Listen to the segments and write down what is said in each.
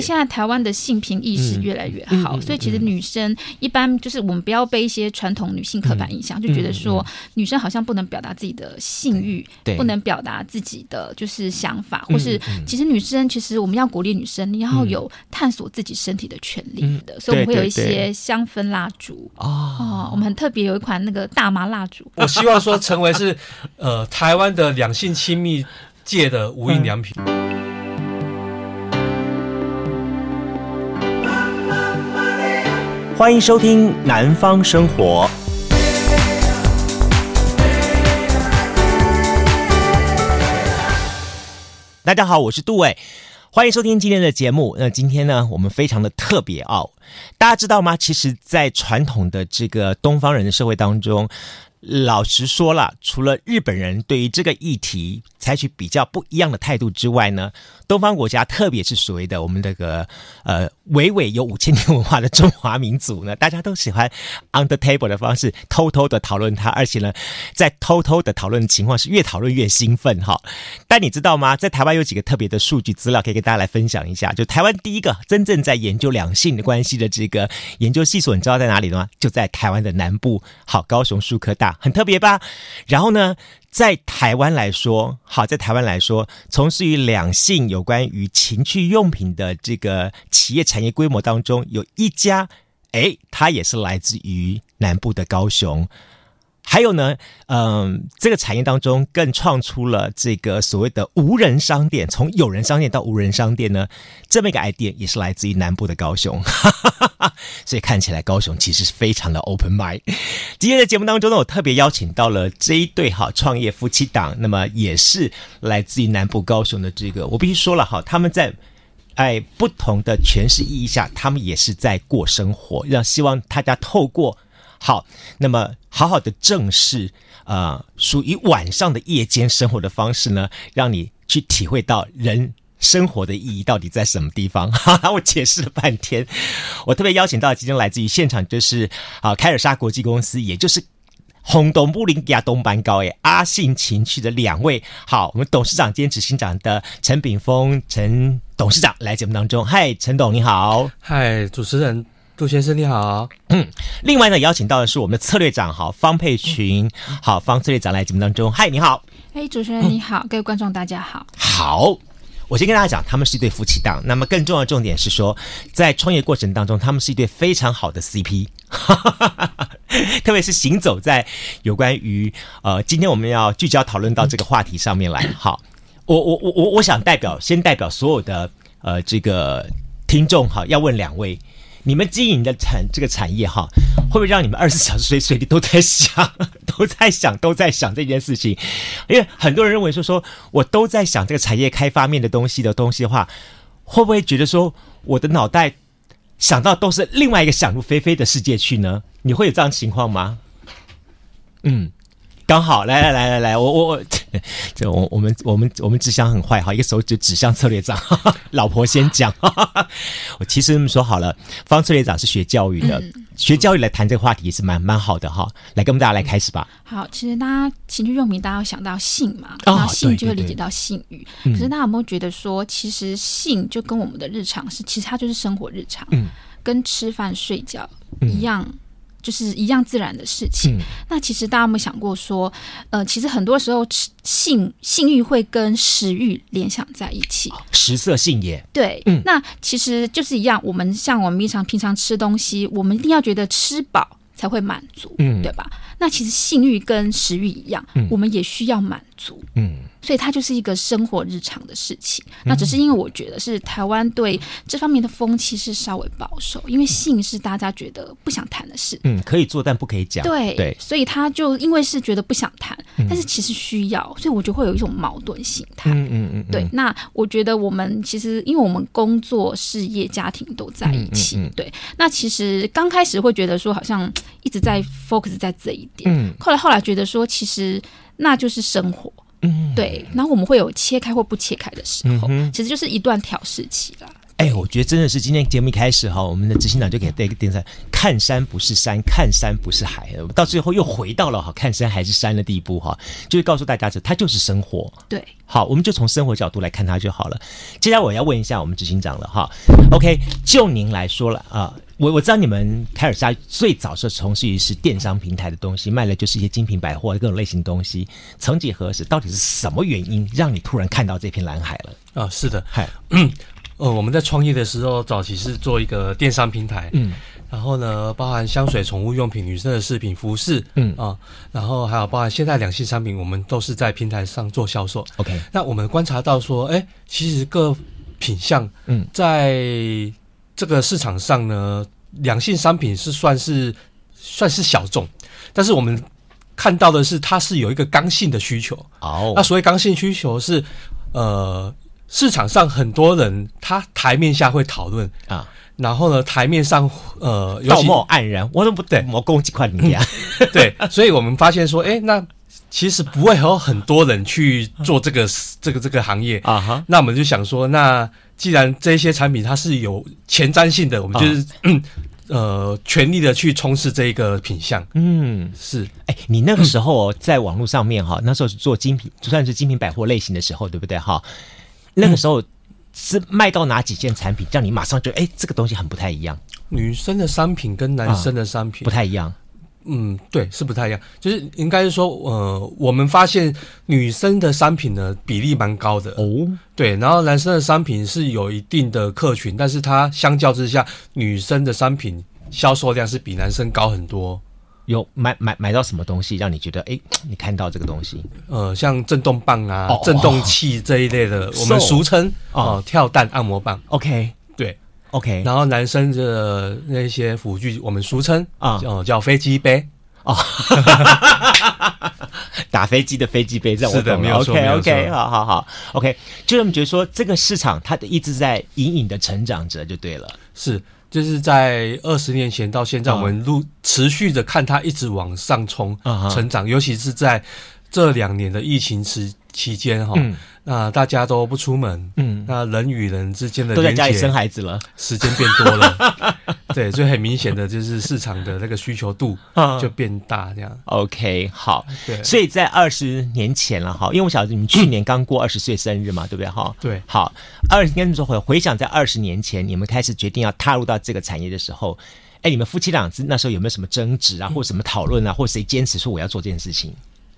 现在台湾的性平意识越来越好，所以其实女生一般就是我们不要被一些传统女性刻板印象，就觉得说女生好像不能表达自己的性欲，不能表达自己的就是想法，或是其实女生其实我们要鼓励女生，你要有探索自己身体的权利的，所以我们会有一些香氛蜡烛我们很特别有一款那个大麻蜡烛， 我希望说成为是台湾的两性亲密界的无印良品。 欢迎收听南方生活。大家好，我是杜伟，欢迎收听今天的节目。那今天呢，我们非常的特别大家知道吗？其实在传统的这个东方人的社会当中，老实说了，除了日本人对于这个议题采取比较不一样的态度之外呢，东方国家，特别是所谓的我们这个伟伟有5000年文化的中华民族呢，大家都喜欢 under table 的方式偷偷的讨论它，而且呢，在偷偷的讨论的情况是越讨论越兴奋哈。但你知道吗？在台湾有几个特别的数据资料可以跟大家来分享一下。就台湾第一个真正在研究两性的关系的这个研究系所，你知道在哪里吗？就在台湾的南部，好，高雄树科大，很特别吧？然后呢，在台湾来说，从事于两性有关于情趣用品的这个企业产业规模当中，有一家，它也是来自于南部的高雄。还有呢，这个产业当中更创出了这个所谓的无人商店，从有人商店到无人商店呢，这么一个 idea 也是来自于南部的高雄。所以看起来高雄其实是非常的 open mind。今天的节目当中呢，我特别邀请到了这一对创业夫妻档，那么也是来自于南部高雄的这个，我必须说了他们在不同的诠释意义下，他们也是在过生活，让希望大家透过那么好好的正视属于晚上的夜间生活的方式呢，让你去体会到人生活的意义到底在什么地方。我解释了半天，我特别邀请到今天来自于现场就是凯尔莎国际公司，也就是轰动布林亚东班高阿信情趣的两位，我们董事长兼执行长的陈炳峰陈董事长来节目当中。嗨，陈董你好。 嗨，主持人杜先生你好。 另外呢，邀请到的是我们的策略长方佩群，方策略长来节目当中。嗨，你好。 主持人你好，各位观众大家好。 好，我先跟大家讲，他们是一对夫妻档。那么更重要的重点是说，在创业过程当中，他们是一对非常好的 CP。特别是行走在有关于今天我们要聚焦讨论到这个话题上面来。好，我想先代表所有的这个听众要问两位，你们经营的这个产业会不会让你们24小时随地都在想这件事情？因为很多人认为说我都在想这个产业开发面的东西的话，会不会觉得说我的脑袋想到都是另外一个想入非非的世界去呢？你会有这样的情况吗？刚好来，我们志向很坏一个手指指向策略长，老婆先讲。我其实这么说好了，方策略长是学教育的，学教育来谈这个话题也是蛮好的来跟我们大家来开始吧。 好，其实大家情趣用品，大家要想到性嘛，然后性就会理解到性欲。可是大家有没有觉得说，其实性就跟我们的日常其实它就是生活日常，跟吃饭睡觉一样。就是一样自然的事情。那其实大家有没有想过说，其实很多时候性欲会跟食欲联想在一起， 食色性也。 对，那其实就是一样。我们平常吃东西，我们一定要觉得吃饱才会满足，对吧？那其实性欲跟食欲一样，我们也需要满足。所以它就是一个生活日常的事情。那只是因为我觉得是台湾对这方面的风气是稍微保守，因为性是大家觉得不想谈的事， 可以做但不可以讲。 对，所以他就因为是觉得不想谈，但是其实需要，所以我觉得会有一种矛盾心态。对，那我觉得我们其实因为我们工作、事业、家庭都在一起，对，那其实刚开始会觉得说好像一直在 focus 在这一点，后来觉得说其实那就是生活。对，然后我们会有切开或不切开的时候，其实就是一段调试期啦。 我觉得真的是今天节目一开始哈，我们的执行长就给点赞，看山不是山，看山不是海，到最后又回到了看山还是山的地步哈，就是告诉大家它就是生活。 对， 好，我们就从生活角度来看它就好了。接下来我要问一下我们执行长了哈 ，OK， 就您来说了啊。我知道你们凯尔莎最早是从事于是电商平台的东西，卖的就是一些精品百货各种类型的东西。曾几何时，到底是什么原因让你突然看到这片蓝海了？ 是的，我们在创业的时候，早期是做一个电商平台，然后呢，包含香水、宠物用品、女生的饰品、服饰，然后还有包含现在两性商品，我们都是在平台上做销售。OK， 那我们观察到说，其实各品项，在这个市场上呢，两性商品是算是小众，但是我们看到的是它是有一个刚性的需求。那所谓刚性需求是市场上很多人他台面下会讨论啊，然后呢台面上道貌岸然，我都不对，我攻击快你啊， 对，所以我们发现说，那其实不会有很多人去做这个行业啊哈。那我们就想说，那既然这些产品它是有前瞻性的，我们就是全力的去冲刺这一个品项。是。 你那个时候在网络上面哈，那时候是做精品，就算是精品百货类型的时候，对不对哈？那个时候是卖到哪几件产品，让你马上觉得这个东西很不太一样？ 女生的商品跟男生的商品不太一样。 对，是不太一样。就是应该是说，我们发现女生的商品呢比例蛮高的对，然后男生的商品是有一定的客群，但是它相较之下，女生的商品销售量是比男生高很多。 有买到什么东西让你觉得你看到这个东西？ 像震动棒啊、震动器这一类的，我们俗称跳蛋按摩棒。 OK， 对。 OK， 然后男生的那些辅具，我们俗称叫飞机杯打飞机的飞机杯，这样是的，没有错。 OK， 好 OK， 就我们觉得说这个市场它一直在隐隐的成长着，就对了。 是，就是在20年前到现在，我们持续的看它一直往上冲成长，尤其是在这2年的疫情期间哈。那大家都不出门，那人与人之间的都在家里生孩子了， 时间变多了，对，所以很明显的就是市场的那个需求度就变大，这样。 OK， 好， 对， 所以在20年前了哈，因为我晓得你们去年刚过20岁生日嘛，对不对哈？ 对， 好，20年之后回想在20年前，你们开始决定要踏入到这个产业的时候，你们夫妻俩那时候有没有什么争执啊，或什么讨论啊，或谁坚持说我要做这件事情？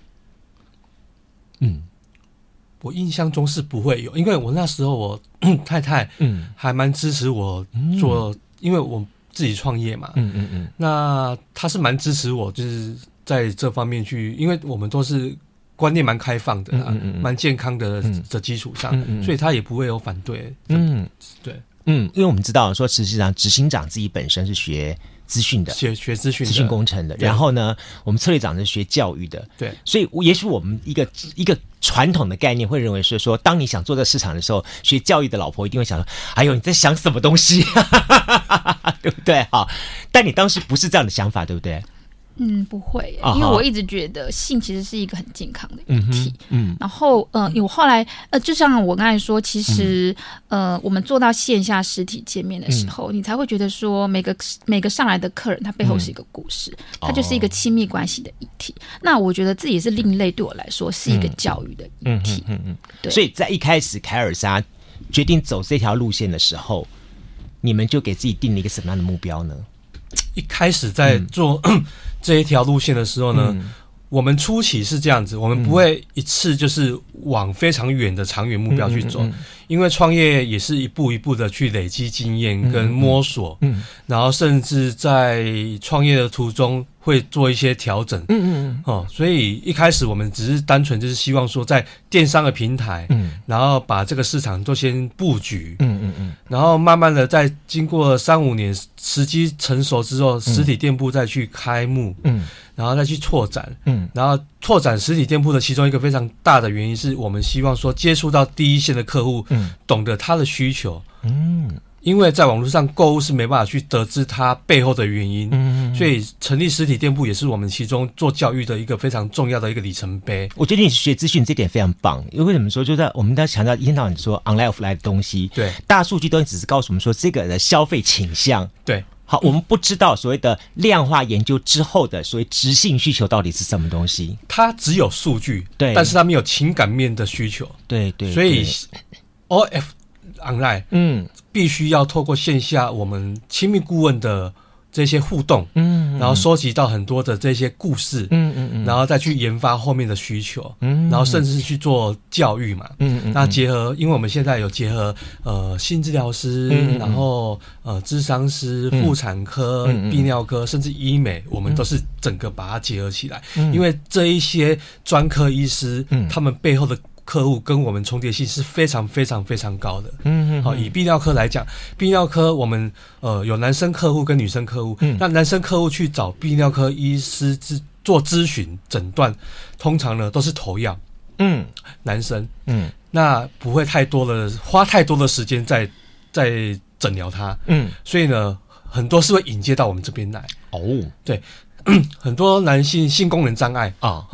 我印象中是不会有，因为我那时候我太太还蛮支持我做，因为我自己创业嘛，那她是蛮支持我，就是在这方面去，因为我们都是观念蛮开放的啦，蛮健康的基础上，所以她也不会有反对。对， 因为我们知道说，实际上执行长自己本身是学资讯的， 学资讯工程的，然后呢，我们策略长是学教育的， 对， 所以也许我们一个传统的概念会认为是说，当你想做这个市场的时候，学教育的老婆一定会想说，哎呦，你在想什么东西，对不对？好，但你当时不是这样的想法，对不对？ 不会，因为我一直觉得性其实是一个很健康的议题。然后我后来就像我刚才说，其实我们做到线下实体见面的时候，你才会觉得说每个上来的客人他背后是一个故事，他就是一个亲密关系的议题。那我觉得自己是另类，对我来说是一个教育的议题。对， 所以在一开始凯尔莎决定走这条路线的时候，你们就给自己定了一个什么样的目标呢？ 一开始在做这一条路线的时候呢，我们初期是这样子，我们不会一次就是往非常远的长远目标去走，因为创业也是一步一步的去累积经验跟摸索，然后甚至在创业的途中会做一些调整，所以一开始我们只是单纯就是希望说在电商的平台，然后把这个市场都先布局，然后慢慢的在经过3-5年时机成熟之后，实体店铺再去开幕，然后再去拓展，然后拓展实体店铺的其中一个非常大的原因是我们希望说接触到第一线的客户，懂得他的需求， 因为在网络上购物是没办法去得知它背后的原因，所以成立实体店铺也是我们其中做教育的一个非常重要的一个里程碑。 我觉得你学资讯这点非常棒，因为怎么说，就在我们在强调一天到晚说 online offline 的东西， 对， 大数据都只是告诉我们说这个的消费倾向， 对。 好，我们不知道所谓的量化研究之后的所谓质性需求到底是什么东西。 它只有数据， 对， 但是它没有情感面的需求， 对对。 所以 OF online，必须要透过线下我们亲密顾问的这些互动，然后收集到很多的这些故事，然后再去研发后面的需求，然后甚至去做教育嘛，那结合，因为我们现在有结合性治疗师，然后諮商师、妇产科、泌尿科，甚至医美，我们都是整个把它结合起来，因为这一些专科医师，他们背后的客户跟我们重叠性是非常非常非常高的。好，以泌尿科来讲，泌尿科我们有男生客户跟女生客户，那男生客户去找泌尿科医师做咨询诊断，通常呢都是头药，男生，那不会花太多的时间在诊疗他，所以呢很多是会引介到我们这边来。对，很多男性性功能障碍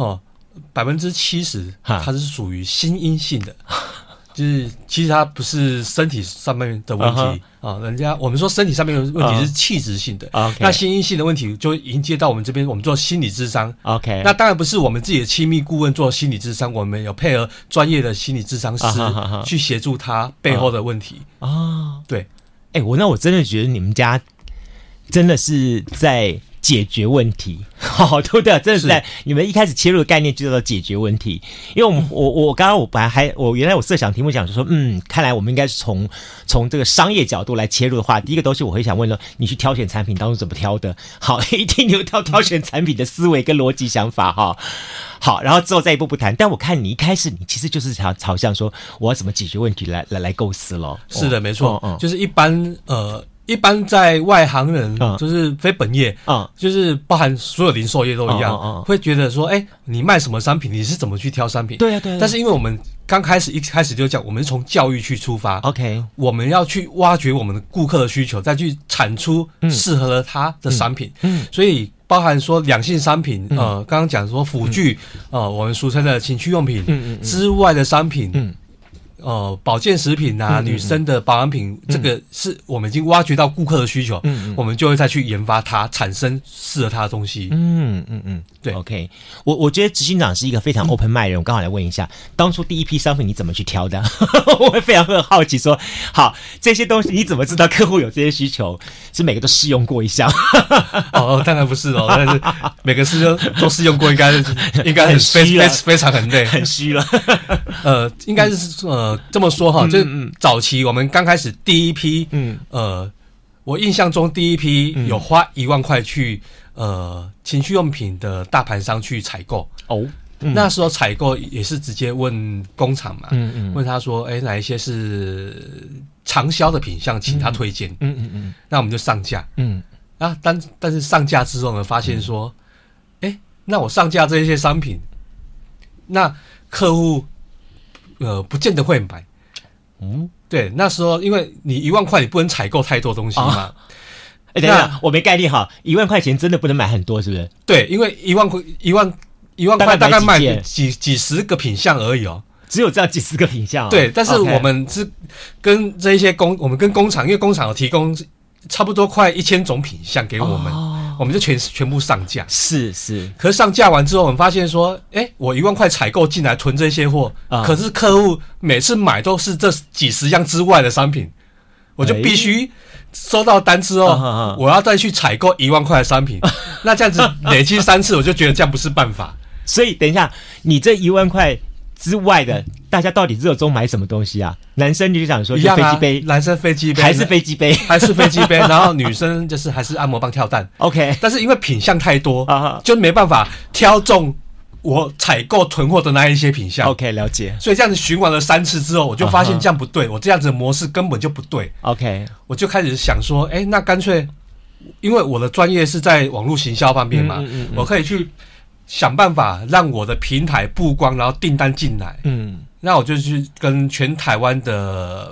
70%它是属于心因性的，就是其实它不是身体上面的问题我们说身体上面的问题是气质性的，那心因性的问题就迎接到我们这边，我们做心理咨商。那当然不是我们自己的亲密顾问做心理咨商，我们有配合专业的心理咨商师去协助他背后的问题。对， 我真的觉得你们家真的是在解决问题，对不对？真的是在你们一开始切入的概念就叫做解决问题。因为我刚刚我本来原来我设想题目讲就说，看来我们应该是从这个商业角度来切入的话，第一个东西我会想问了，你去挑选产品当中怎么挑的？好，一定有挑选产品的思维跟逻辑想法哈。好，然后之后再一步不谈，但我看你一开始你其实就是朝向说我要怎么解决问题来构思咯。 是的，没错，就是一般在外行人，就是非本业，就是包含所有零售业都一样，会觉得说，你卖什么商品，你是怎么去挑商品？ 对啊。 但是因为我们一开始就讲，我们是从教育去出发 ，OK， 我们要去挖掘我们的顾客的需求，再去产出适合了他的商品。所以包含说两性商品，刚刚讲说辅具，我们俗称的情趣用品之外的商品。保健食品啊，女生的保养品，这个是我们已经挖掘到顾客的需求，我们就会再去研发它，产生适合它的东西。对 ，OK， 我觉得执行长是一个非常 open mind 的人，我刚好来问一下，当初第一批商品你怎么去挑的？我会非常好奇说，好，这些东西你怎么知道客户有这些需求？是每个都试用过一下？ 当然不是哦，但是每个都试用过，应该很非常很累， 很虚了。 应该是这么说哈，就是早期我们刚开始第一批，我印象中第一批有花1万块去情趣用品的大盘商去采购。那时候采购也是直接问工厂嘛，问他说，哪一些是长销的品项，请他推荐。那我们就上架。但是上架之后呢，发现说，那我上架这些商品，那客户不见得会买。对，那时候因为你1万块，你不能采购太多东西嘛。 等一下，我没概念哈，1万块钱真的不能买很多，是不是？ 对，因为1万块大概卖几十个品项而已哦。 只有这样几十个品项。 对，但是我们是跟这些我们跟工厂，因为工厂有提供差不多快1000种品项给我们。我们就全部上架， 是。 可是上架完之后，我们发现说，我1万块采购进来囤这些货，可是客户每次买都是这几十样之外的商品，我就必须收到单之后，我要再去采购1万块的商品。那这样子累积3次，我就觉得这样不是办法。 所以等一下，你这1万块之外的，大家到底热衷买什么东西啊？男生就想说就飞机杯， 男生飞机杯还是飞机杯， 还是飞机杯，然后女生就是还是按摩棒、跳蛋。 OK， 但是因为品项太多，就没办法挑中我采购囤货的那一些品项。 OK， 了解。 所以这样子循环了3次之后，我就发现这样不对，我这样子的模式根本就不对。 OK， 我就开始想说，那干脆，因为我的专业是在网络行销方面嘛，我可以去想办法让我的平台曝光，然后订单进来。那我就去跟全台湾的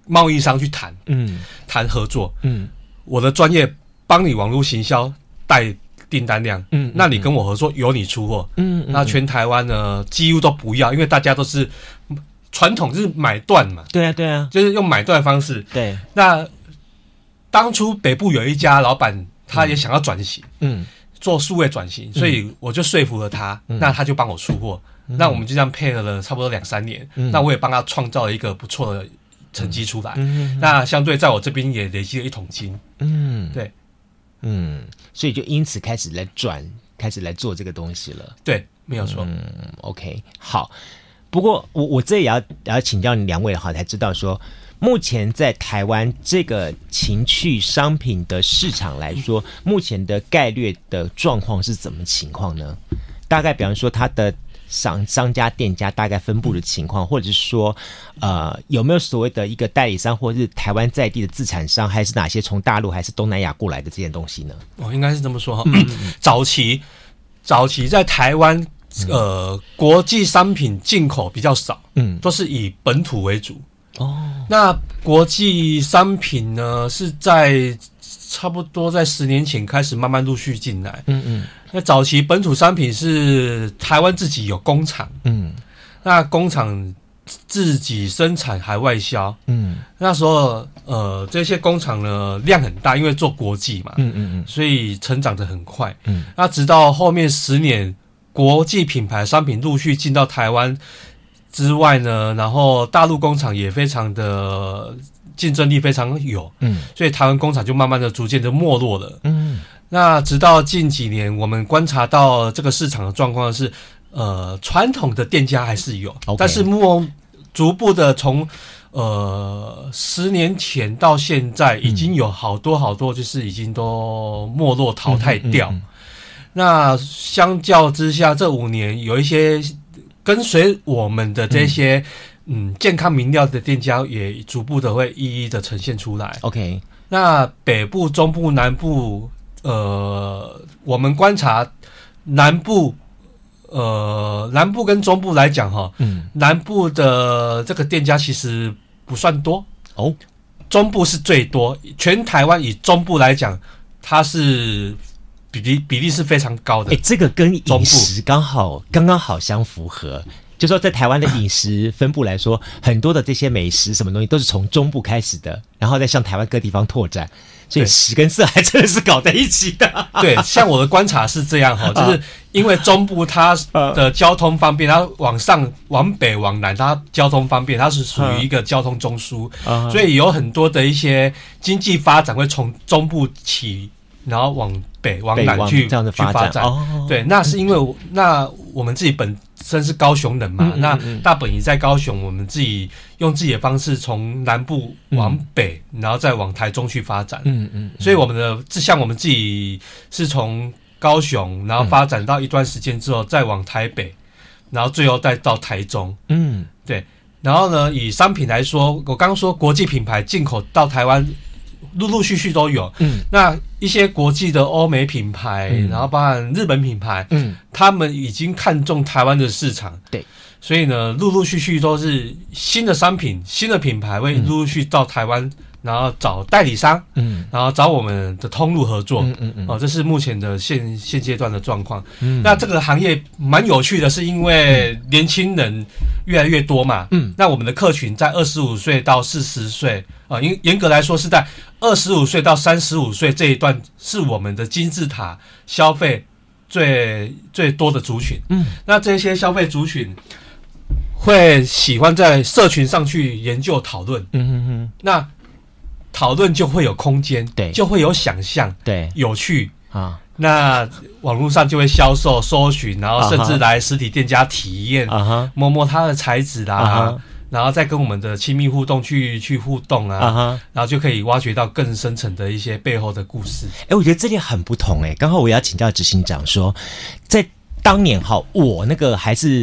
贸易商去谈，谈合作，我的专业帮你网络行销带订单量，那你跟我合作，由你出货，那全台湾呢几乎都不要，因为大家都是传统就是买断嘛， 对啊， 就是用买断的方式， 对。 那当初北部有一家老板，他也想要转型，做数位转型，所以我就说服了他，那他就帮我出货，那我们就这样配合了差不多2-3年，那我也帮他创造了一个不错的成绩出来，那相对在我这边也累积了1桶金，对， 所以就因此开始来做这个东西了， 对，没有错 ，OK， 好。不过我这也要请教你2位好，才知道说，目前在台湾这个情趣商品的市场来说，目前的概略的状况是怎么情况呢？大概比方说它的商家店家大概分布的情况，或者是说有没有所谓的一个代理商，或者是台湾在地的自产商，还是哪些从大陆还是东南亚过来的这些东西呢？ 应该是这么说哈。早期在台湾国际商品进口比较少，都是以本土为主。那国际商品呢，是在差不多在10年前开始慢慢陆续进来。那早期本土商品是台湾自己有工厂，那工厂自己生产还外销，那时候这些工厂呢量很大，因为做国际嘛，所以成长得很快。那直到后面10年。国际品牌商品陆续进到台湾之外呢，然后大陆工厂也非常的竞争力非常有，所以台湾工厂就慢慢的逐渐的没落了。那直到近几年，我们观察到这个市场的状况是，传统的店家还是有，但是逐步的从10年前到现在，已经有好多就是已经都没落淘汰掉。那相较之下，这5年有一些跟随我们的这些健康明料的店家，也逐步的会一一的呈现出来。 OK， 那北部、中部、南部，我们观察南部跟中部来讲哈，南部的这个店家其实不算多哦，中部是最多，全台湾以中部来讲，它是。比例是非常高的， 这个跟饮食刚刚好相符合。就说在台湾的饮食分布来说，很多的这些美食什么东西都是从中部开始的，然后再向台湾各地方拓展，所以食跟色还真的是搞在一起的。 对，像我的观察是这样哈，就是因为中部它的交通方便，它往上、往北、往南，它交通方便，它是属于一个交通中枢，所以有很多的一些经济发展会从中部起。然后往北往南去这样的发展， 对，那是因为那我们自己本身是高雄人嘛，那大本营在高雄，我们自己用自己的方式从南部往北，然后再往台中去发展，所以我们的像我们自己是从高雄，然后发展到一段时间之后，再往台北，然后最后再到台中，对，然后呢，以商品来说，我刚刚说国际品牌进口到台湾。陆陆续续都有，那一些国际的欧美品牌，然后包含日本品牌，他们已经看中台湾的市场， 对， 所以呢，陆陆续续都是新的商品、新的品牌会陆陆续到台湾，然后找代理商，然后找我们的通路合作，这是目前的现阶段的状况。那这个行业蛮有趣的，是因为年轻人越来越多嘛，那我们的客群在25岁到40岁，严格来说是在25岁到35岁这一段是我们的金字塔消费最多的族群。那这些消费族群会喜欢在社群上去研究讨论，那讨论就会有空间，对，就会有想象，对，有趣啊。那网络上就会销售、搜寻，然后甚至来实体店家体验，摸摸它的材质啦，然后再跟我们的亲密互动去互动啊，然后就可以挖掘到更深层的一些背后的故事。 我觉得这里很不同刚好我要请教执行长说，在当年我那个还是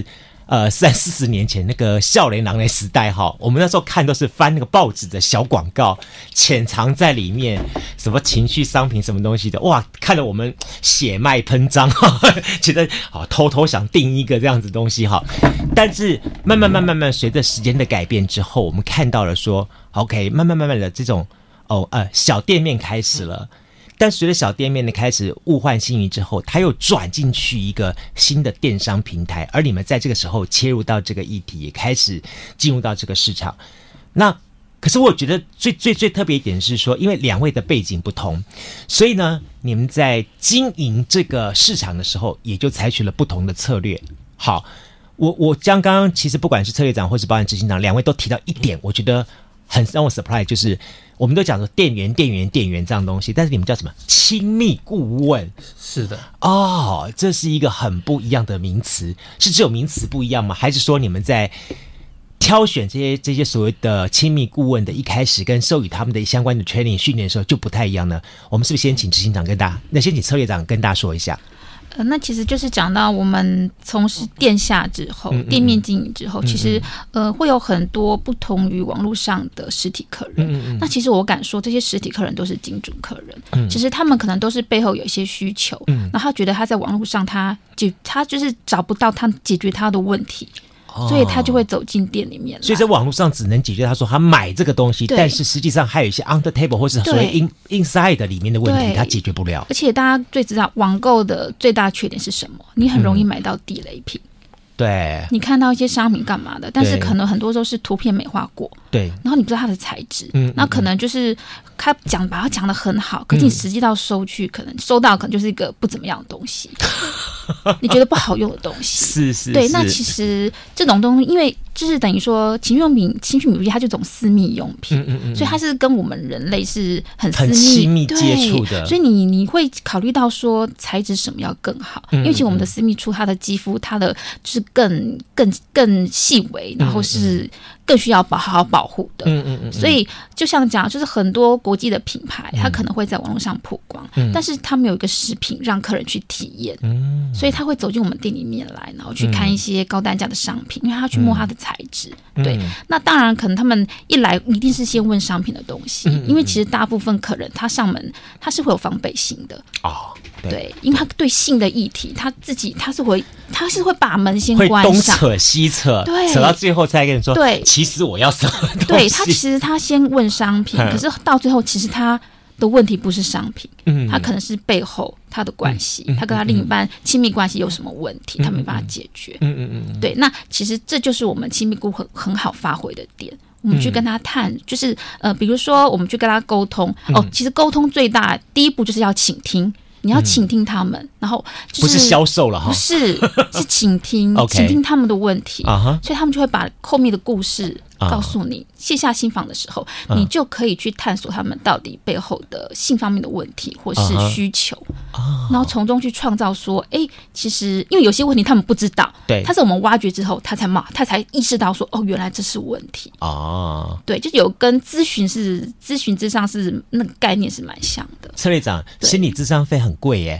30-40年前那个少年郎的时代哈，我们那时候看都是翻那个报纸的小广告，潜藏在里面什么情趣商品什么东西的，哇，看得我们血脉喷张哈，觉得偷偷想订一个这样子东西哈。但是慢慢随着时间的改变之后，我们看到了说 OK， 慢慢的这种小店面开始了。但随着小店面的开始物换星移之后，它又转进去一个新的电商平台，而你们在这个时候切入到这个议题，也开始进入到这个市场。那可是我觉得最特别一点是说，因为两位的背景不同，所以呢，你们在经营这个市场的时候，也就采取了不同的策略。好，我刚刚其实不管是策略长或是包含执行长，两位都提到一点，我觉得很让我 surprise， 就是我们都讲说店员这样东西，但是你们叫什么？亲密顾问。 是的。 这是一个很不一样的名词，是只有名词不一样吗？还是说你们在挑选这些所谓的亲密顾问的一开始跟授予他们的相关的 training 训练的时候就不太一样呢？我们是不是先请执行长先请策略长跟大家说一下？ 那其实就是讲到我们从事店下之后，店面经营之后，其实会有很多不同于网络上的实体客人。那其实我敢说，这些实体客人都是精准客人。其实他们可能都是背后有一些需求，然后他觉得他在网络上他就是找不到他解决他的问题。所以他就会走进店里面来， 所以在网络上只能解决他说他买这个东西，但是实际上还有一些 under table 或是所谓 inside 里面的问题他解决不了。 而且大家最知道网购的最大缺点是什么？你很容易买到地雷品。 对， 你看到一些商品干嘛的，但是可能很多都是图片美化过， 对， 然后你不知道它的材质，那可能就是他把它讲得很好，可是你实际到收去，可能收到可能就是一个不怎么样的东西，你觉得不好用的东西， 是， 对，那其实这种东西，因为就是等于说情趣用品、情趣它就一种私密用品，所以它是跟我们人类是很私密、 很亲密接触的， 所以你会考虑到说材质什么要更好，因为其实我们的私密处，它的肌肤，它的就是更细微，然后是更需要好好保护的。所以就像讲，就是很多国际的品牌，它可能会在网络上曝光，但是他们有一个食品让客人去体验，所以他会走进我们店里面来，然后去看一些高单价的商品，因为他去摸它的材质。对，那当然可能他们一来一定是先问商品的东西，因为其实大部分客人他上门他是会有防备心的。对，因为他对性的议题，他是会把门先关上， 会东扯西扯， 对， 扯到最后才跟你说， 对， 其实我要什么东西？ 对，他其实他先问商品，可是到最后其实他的问题不是商品，他可能是背后他的关系，他跟他另一半亲密关系有什么问题，他没办法解决。对，那其实这就是我们亲密顾问很好发挥的点。我们去跟他谈，就是比如说我们去跟他沟通，其实沟通最大第一步就是要倾听。你要倾听他们，然后不是销售了哈， 不是倾听，倾听他们的问题，所以他们就会把后面的故事告诉你。卸下心防的时候，你就可以去探索他们到底背后的性方面的问题或是需求，然后从中去创造说，其实因为有些问题他们不知道， 对， 他是我们挖掘之后，他才意识到说，原来这是问题。对，就有跟咨询咨商是那个概念是蛮像的。 策略长，心理咨商费很贵耶。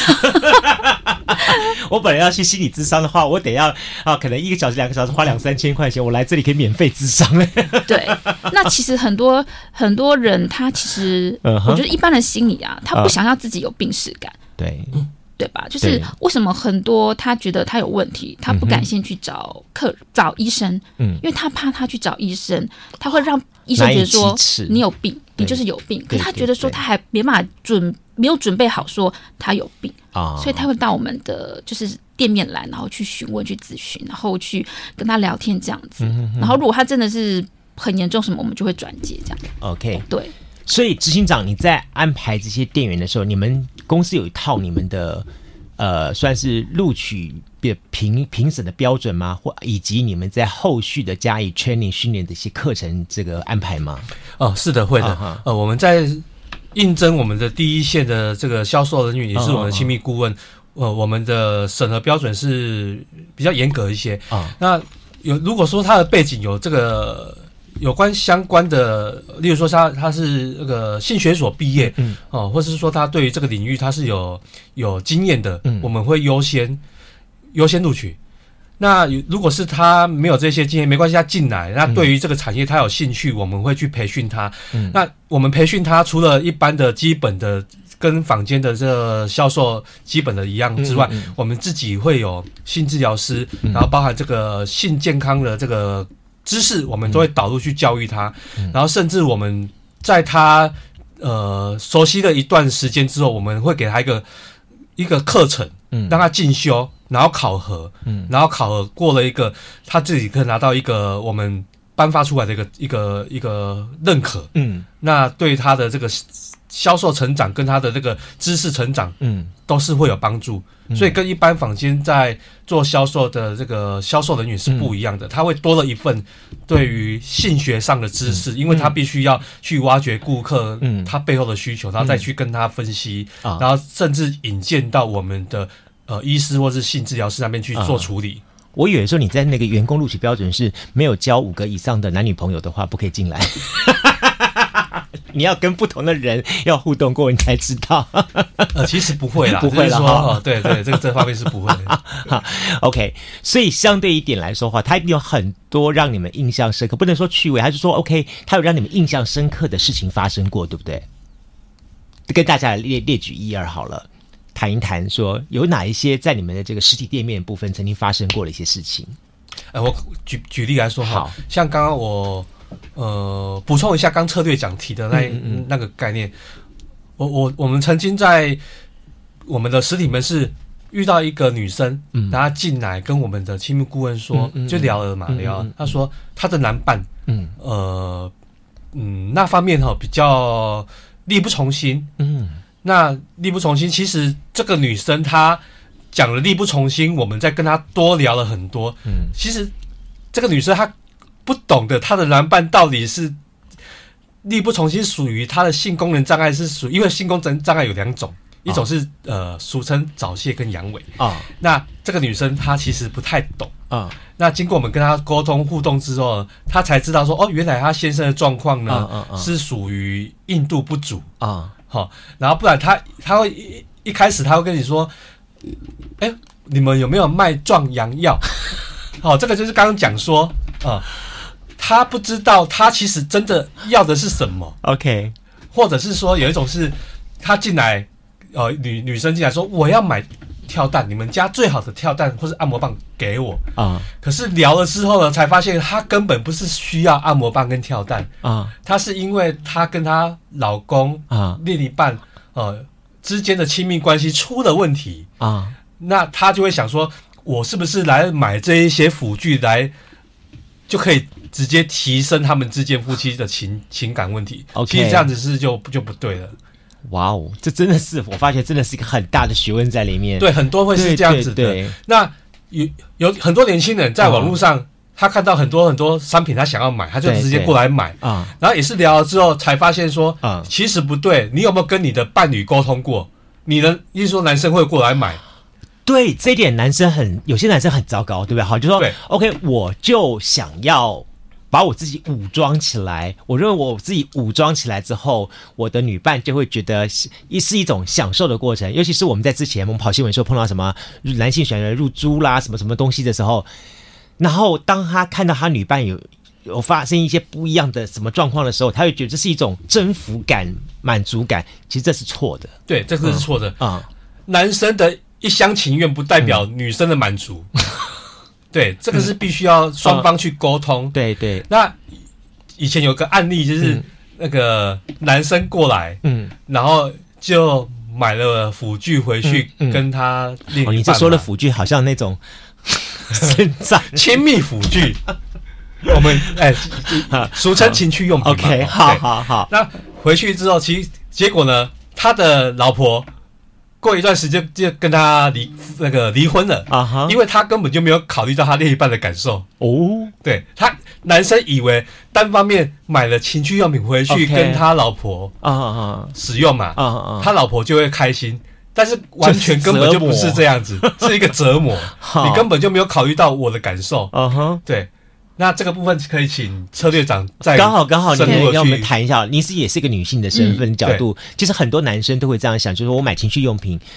我本来要去心理咨商的话，我得要可能1个小时2个小时花2-3千块钱，我来这里可以免费咨商。 对，那其实很多人他其实我觉得一般人心里他不想要自己有病识感，对吧？就是为什么很多他觉得他有问题，他不敢先去找医生，因为他怕他去找医生，他会让医生觉得说你有病，你就是有病，可是他觉得说他还没有准备好说他有病，所以他会到我们的就是店面来，然后去询问、去咨询，然后去跟他聊天这样子。然后如果他真的是很严重什么，我们就会转接这样。 OK， 对。 所以执行长，你在安排这些店员的时候，你们公司有一套你们的算是录取评审的标准吗？或以及你们在后续的加以 training 训练的一些课程这个安排吗？ 是的，会的。我们在应征我们的第一线的这个销售人员，也是我们的亲密顾问。我们的审核标准是比较严格一些。那如果说他的背景有这个有关相关的，例如说他是那个性学所毕业，或者是说他对于这个领域他是有经验的，我们会优先录取。 那如果是他没有这些经验，没关系，他进来，那对于这个产业他有兴趣，我们会去培训他。那我们培训他，除了一般的基本的跟坊间的这个销售基本的一样之外，我们自己会有性治疗师，然后包含这个性健康的这个知识，我们都会导入去教育他，然后甚至我们在他熟悉了一段时间之后，我们会给他一个课程，让他进修，然后考核，然后考核过了一个，他自己可以拿到一个我们颁发出来的一个认可，那对他的这个销售成长跟他的这个知识成长，都是会有帮助。所以跟一般坊间在做销售的这个销售人员是不一样的，他会多了一份对于性学上的知识，因为他必须要去挖掘顾客他背后的需求，然后再去跟他分析，然后甚至引荐到我们的医师或是性治疗师那边去做处理。 我以为说你在那个员工录取标准是没有交5个以上的男女朋友的话不可以进来。你要跟不同的人要互动过，你才知道。 其实不会啦， 不会啦。 对，这方面是不会的。 OK， 所以相对一点来说的话，它一定有很多让你们印象深刻，不能说趣味，还是说 OK， 它有让你们印象深刻的事情发生过，对不对？跟大家列举1、2好了，谈一谈说有哪一些在你们的这个实体店面的部分曾经发生过的一些事情。 我举例来说哈，像刚刚我补充一下刚策略讲提的那个概念，我们曾经在我们的实体门市遇到一个女生，她进来跟我们的亲密顾问说，就聊了嘛，聊，她说她的男伴，那方面比较力不从心，那力不从心，其实这个女生她讲了力不从心，我们在跟她多聊了很多，其实这个女生她不懂得她的男伴到底是力不从心，属于她的性功能障碍是属于，因为性功能障碍有2种，一种是俗称早泄跟阳痿啊。那这个女生她其实不太懂啊。那经过我们跟她沟通互动之后，她才知道说，原来她先生的状况呢是属于硬度不足啊。好，然后不然她会一开始她会跟你说，你们有没有卖壮阳药？好，这个就是刚刚讲说他不知道他其实真的要的是什么 ，OK， 或者是说有一种是他进来，女生进来说我要买跳蛋，你们家最好的跳蛋或是按摩棒给我啊。可是聊了之后呢，才发现他根本不是需要按摩棒跟跳蛋啊，他是因为他跟他老公啊另一半之间的亲密关系出了问题啊，那他就会想说，我是不是来买这一些辅具来就可以直接提升他们之间夫妻的情感问题。其实这样子是就不对了。 哇哦，这真的是我发现真的是一个很大的学问在里面。 对，很多会是这样子的。对，那有很多年轻人在网络上，他看到很多商品，他想要买，他就直接过来买啊。然后也是聊了之后才发现说，其实不对。你有没有跟你的伴侣沟通过？你的意思说男生会过来买？ 对，这一点有些男生很糟糕，对不对？好，就说 OK， 我就想要把我自己武装起来。我认为我自己武装起来之后，我的女伴就会觉得是一种享受的过程。尤其是我们在之前我们跑新闻的时候碰到什么男性选人入猪啦，什么东西的时候，然后当他看到他女伴有发生一些不一样的什么状况的时候，他会觉得这是一种征服感、满足感。其实这是错的， 对，这个是错的啊。男生的一厢情愿不代表女生的满足，对，这个是必须要双方去沟通。 对对。 那以前有个案例，就是那个男生过来，然后就买了辅具回去跟他另一半。 你这说的辅具好像那种身上亲密辅具，我们俗称情趣用品嘛。 OK， 好。 那回去之后，结果呢，他的老婆过一段时间就跟他离婚了啊，因为他根本就没有考虑到他另一半的感受哦。对，男生以为单方面买了情趣用品回去跟他老婆使用嘛，他老婆就会开心，但是完全根本就不是这样子，是一个折磨。你根本就没有考虑到我的感受。对。那这个部分可以请车队长再刚好，你可以跟我们谈一下。你也是一个女性的身份角度，其实很多男生都会这样想，就是说我买情趣用品，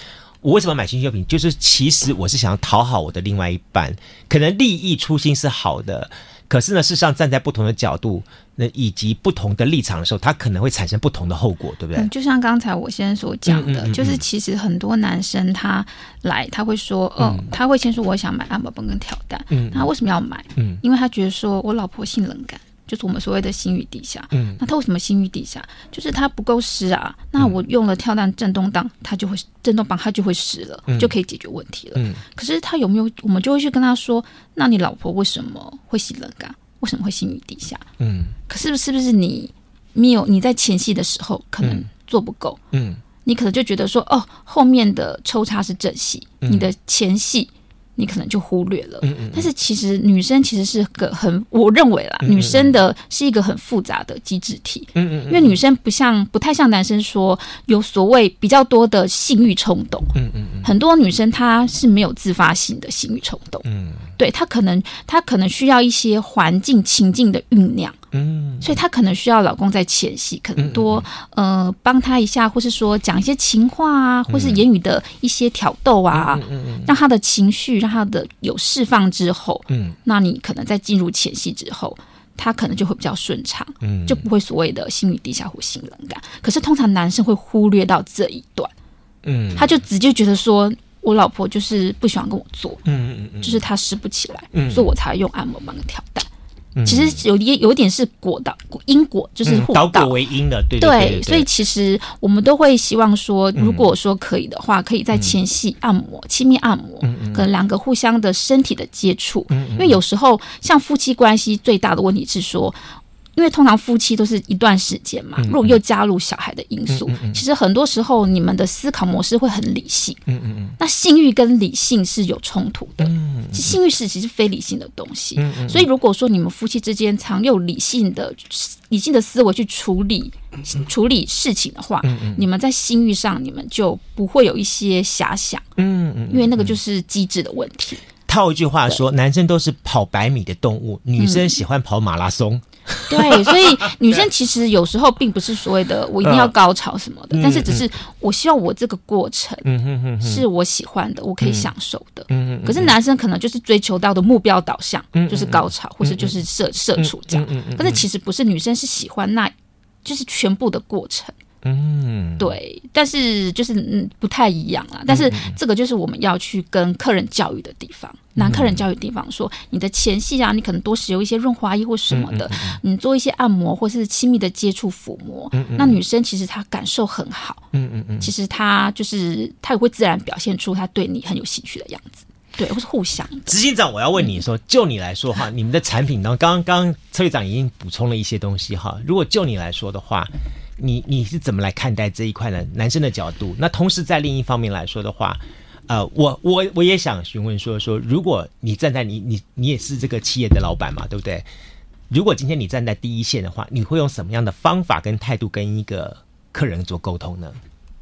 我为什么买情趣用品？就是其实我是想要讨好我的另外一半，可能利益初心是好的，可是呢，事实上站在不同的角度，那以及不同的立场的时候，它可能会产生不同的后果，对不对？ 就像刚才我先生所讲的，就是其实很多男生他会说，他会先说我想买按摩棒跟跳蛋，那他为什么要买？因为他觉得说我老婆性冷感。就是我们所谓的性欲低下，那他为什么性欲低下？就是他不够湿啊。那我用了跳蛋震动棒，它就会湿了，就可以解决问题了。可是他有没有？我们就会去跟他说，那你老婆为什么会性冷感？为什么会性欲低下？可是不是你没有你在前戏的时候可能做不够，你可能就觉得说，后面的抽插是正戏，你的前戏。你可能就忽略了，但是其实女生其实是个我认为啦，女生的是一个很复杂的机制体，因为女生不太像男生说有所谓比较多的性欲冲动，很多女生她是没有自发性的性欲冲动，对，她可能需要一些环境情境的酝酿，所以她可能需要老公在前戏可能多帮她一下，或是说讲一些情话啊，或是言语的一些挑逗啊，让她的情绪让他的有释放之后，那你可能在进入前戏之后，他可能就会比较顺畅，就不会所谓的性欲低下或性冷感。可是通常男生会忽略到这一段，他就直接觉得说，我老婆就是不喜欢跟我做，就是她湿不起来，所以我才用按摩棒跟跳蛋。其实有一点是因果，就是互倒果为因的，对， 所以其实我们都会希望说，如果说可以的话，可以在前戏按摩、亲密按摩，可能两个互相的身体的接触，因为有时候像夫妻关系最大的问题是说。因为通常夫妻都是一段时间嘛，如果又加入小孩的因素，其实很多时候你们的思考模式会很理性，那性欲跟理性是有冲突的，其实性欲是其实非理性的东西，所以如果说你们夫妻之间常用理性的思维去处理事情的话，你们在性欲上你们就不会有一些遐想，因为那个就是机制的问题。 套一句话说，男生都是跑100米的动物，女生喜欢跑马拉松。 对，所以女生其实有时候并不是所谓的我一定要高潮什么的，但是只是我希望我这个过程是我喜欢的，我可以享受的。可是男生可能就是追求到的目标导向，就是高潮，或是就是射出这样。可是其实不是，女生是喜欢那就是全部的过程。对，但是就是不太一样啦。但是这个就是我们要去跟客人教育的地方，男客人教育的地方说，你的前戏啊，你可能多使用一些润滑液或什么的，你做一些按摩或是亲密的接触抚摸，那女生其实她感受很好，其实她也会自然表现出她对你很有兴趣的样子。对，或是互相的。执行长，我要问你说，就你来说哈，你们的产品当中，刚策略长已经补充了一些东西哈。如果就你来说的话，你是怎么来看待这一块呢？男生的角度，那同时在另一方面来说的话，我也想询问说，如果你站在你也是这个企业的老板嘛，对不对？如果今天你站在第一线的话，你会用什么样的方法跟态度跟一个客人做沟通呢？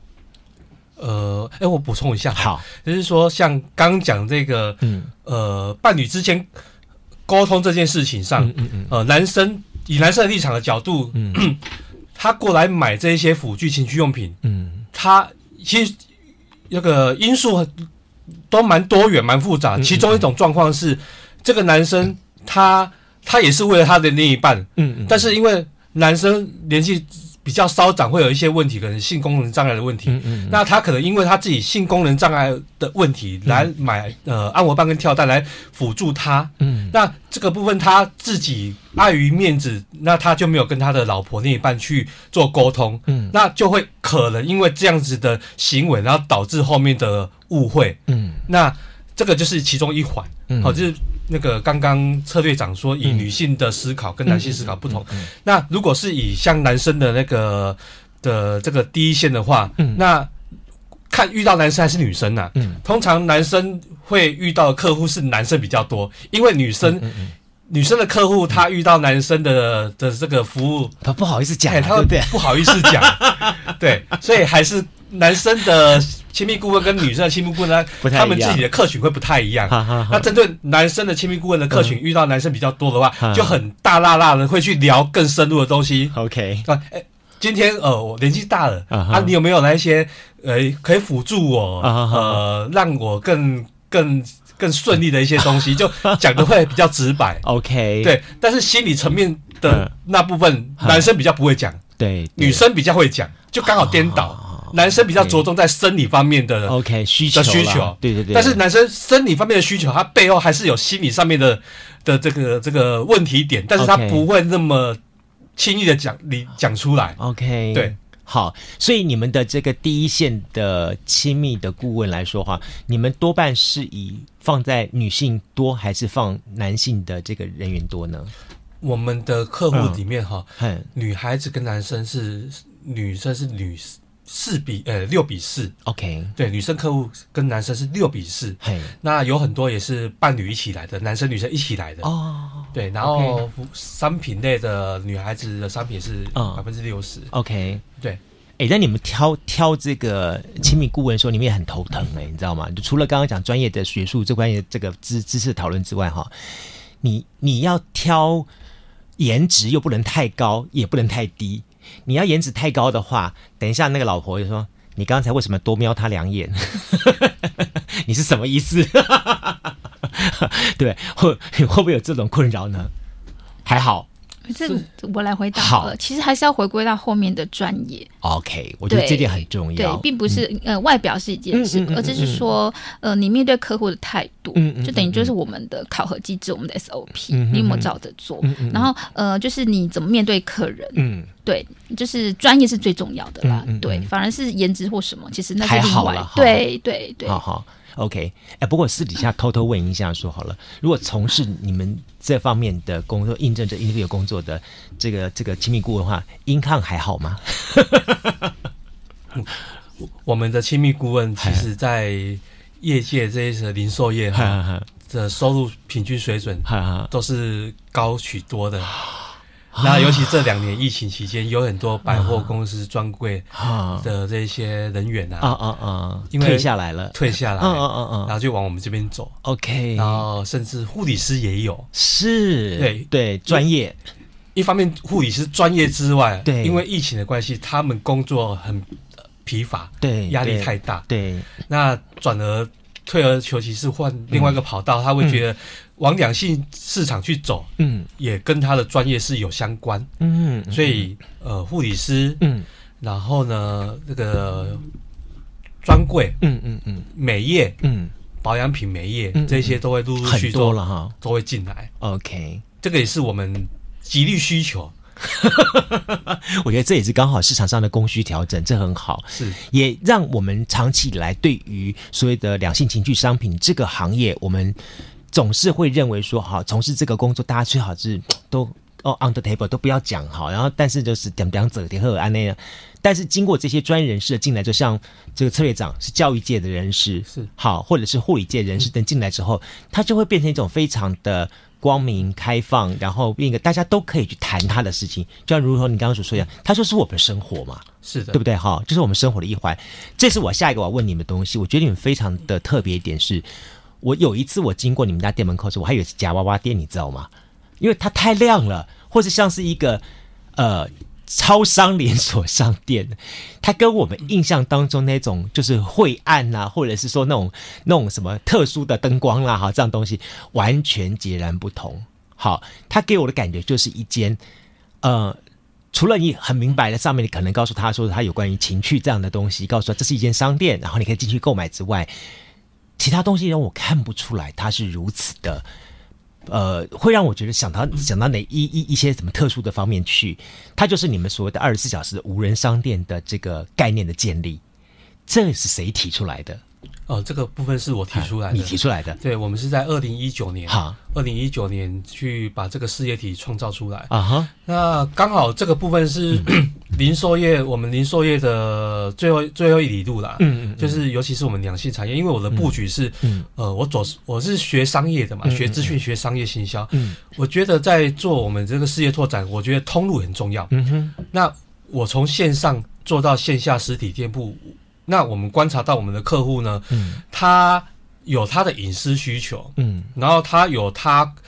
我补充一下， 好， 就是说像刚讲这个，伴侣之间沟通这件事情上，男生以男生的立场的角度，他过来买这些辅具情趣用品，他其实那个因素都蛮多元、蛮复杂。其中一种状况是，这个男生他也是为了他的另一半，但是因为男生年纪比较稍长，会有一些问题，可能性功能障碍的问题。那他可能因为他自己性功能障碍的问题来买按摩棒跟跳蛋来辅助他。那这个部分他自己碍于面子，那他就没有跟他的老婆另一半去做沟通。那就会可能因为这样子的行为，然后导致后面的误会。那这个就是其中一环。好，就是那个刚刚策略长说，以女性的思考跟男性思考不同。那如果是以像男生的那个的这个第一线的话，那看遇到男生还是女生啊？通常男生会遇到的客户是男生比较多，因为女生的客户他遇到男生的这个服务， 他不好意思讲， 他会不好意思讲，对，所以还是男生的亲密顾问跟女生的亲密顾问呢，他们自己的客群会不太一样。那针对男生的亲密顾问的客群，遇到男生比较多的话，就很大辣辣的会去聊更深入的东西。 OK， 今天我年纪大了你有没有那一些可以辅助我让我更顺利的一些东西，就讲的会比较直白。 OK， 对，但是心理层面的那部分，男生比较不会讲， 对， 女生比较会讲，就刚好颠倒。男生比较着重在生理方面的 OK 需求，对， 但是男生生理方面的需求，他背后还是有心理上面的这个问题点，但是他不会那么轻易的讲出来。 OK， 对。 好，所以你们的这个第一线的亲密的顾问来说话，你们多半是以放在女性多还是放男性的这个人员多呢？ 我们的客户里面女孩子跟男生是女生是6比4 OK， 对，女生客户跟男生是6比4，那有很多也是伴侣一起来的，男生女生一起来的对，然后商品类的女孩子的商品是60% OK， 对。 那你们挑这个亲密顾问的时候，你们也很头疼你知道吗？就除了刚刚讲专业的学术这关于这个知识讨论之外你要挑颜值又不能太高，也不能太低。你要颜值太高的话，等一下那个老婆就说你刚才为什么多瞄他2眼你是什么意思对，会不会有这种困扰呢？还好， 这个我来回答好了。其实还是要回归到后面的专业。 OK， 我觉得这点很重要。 对，并不是外表是一件事，而只是说你面对客户的态度，就等于就是我们的考核机制，我们的 SOP，你有没有照着做？然后就是你怎么面对客人？对，就是专业是最重要的啦。对，反而是颜值或什么，其实那是另外。对。 好。OK， 不过私底下偷偷问一下说好了，如果从事你们这方面的工作，印证着 interview 工作的这个亲密顾问的话，income 还好吗？ 我们的亲密顾问其实在业界这些零售业的收入平均水准都是高许多的。那尤其这2年疫情期间，有很多百货公司专柜的这些人员因为退下来， 然后就往我们这边走。 OK， 然后甚至护理师也有， 是，对，专业。 一方面护理师专业之外， 对， 因为疫情的关系，他们工作很疲乏， 对， 压力太大， 对， 那退而求其次换另外一个跑道，他会觉得往两性市场去走，也跟他的专业是有相关，所以护理师，然后呢这个专柜，美业，保养品美业，这些都会陆陆续续都会进来。 OK， 这个也是我们极力需求。 我觉得这也是刚好市场上的供需调整，这很好， 是也让我们长期以来对于所谓的两性情趣商品这个行业，我们总是会认为说，好，从事这个工作，大家最好是都on the table 都不要讲好，然后但是就是讲者点和安内呢。但是经过这些专业人士的进来，就像这个策略长是教育界的人士， 是好， 或者是护理界人士等进来之后，他就会变成一种非常的光明开放，然后变一个大家都可以去谈他的事情，就像如同你刚刚所说的，他就是我们的生活嘛， 是的， 对不对？哈，就是我们生活的一环。这是我下一个我要问你们的东西。我觉得你们非常的特别一点是，我有一次我经过你们家店门口时，我还以为是夹娃娃店，你知道吗？因为它太亮了，或者像是一个超商连锁商店，它跟我们印象当中那种就是晦暗啊，或者是说那种什么特殊的灯光啦，这样东西完全截然不同。好，它给我的感觉就是一间除了你很明白的上面你可能告诉他说他有关于情趣这样的东西，告诉他这是一间商店，然后你可以进去购买之外，其他东西让我看不出来它是如此的会让我觉得想到哪一些什么特殊的方面去，它就是你们所谓的24小时无人商店的这个概念的建立，这是谁提出来的？ 这个部分是我提出来的， 你提出来的。 对，我们是在2019年去把这个事业体创造出来那刚好这个部分是零售业，我们零售业的最后一里路啦。就是尤其是我们两性产业，因为我的布局是我是学商业的嘛，学资讯，学商业行销。我觉得在做我们这个事业拓展，我觉得通路很重要。那我从线上做到线下实体店铺。那我们观察到我们的客户呢，他有他的隐私需求，然后他有他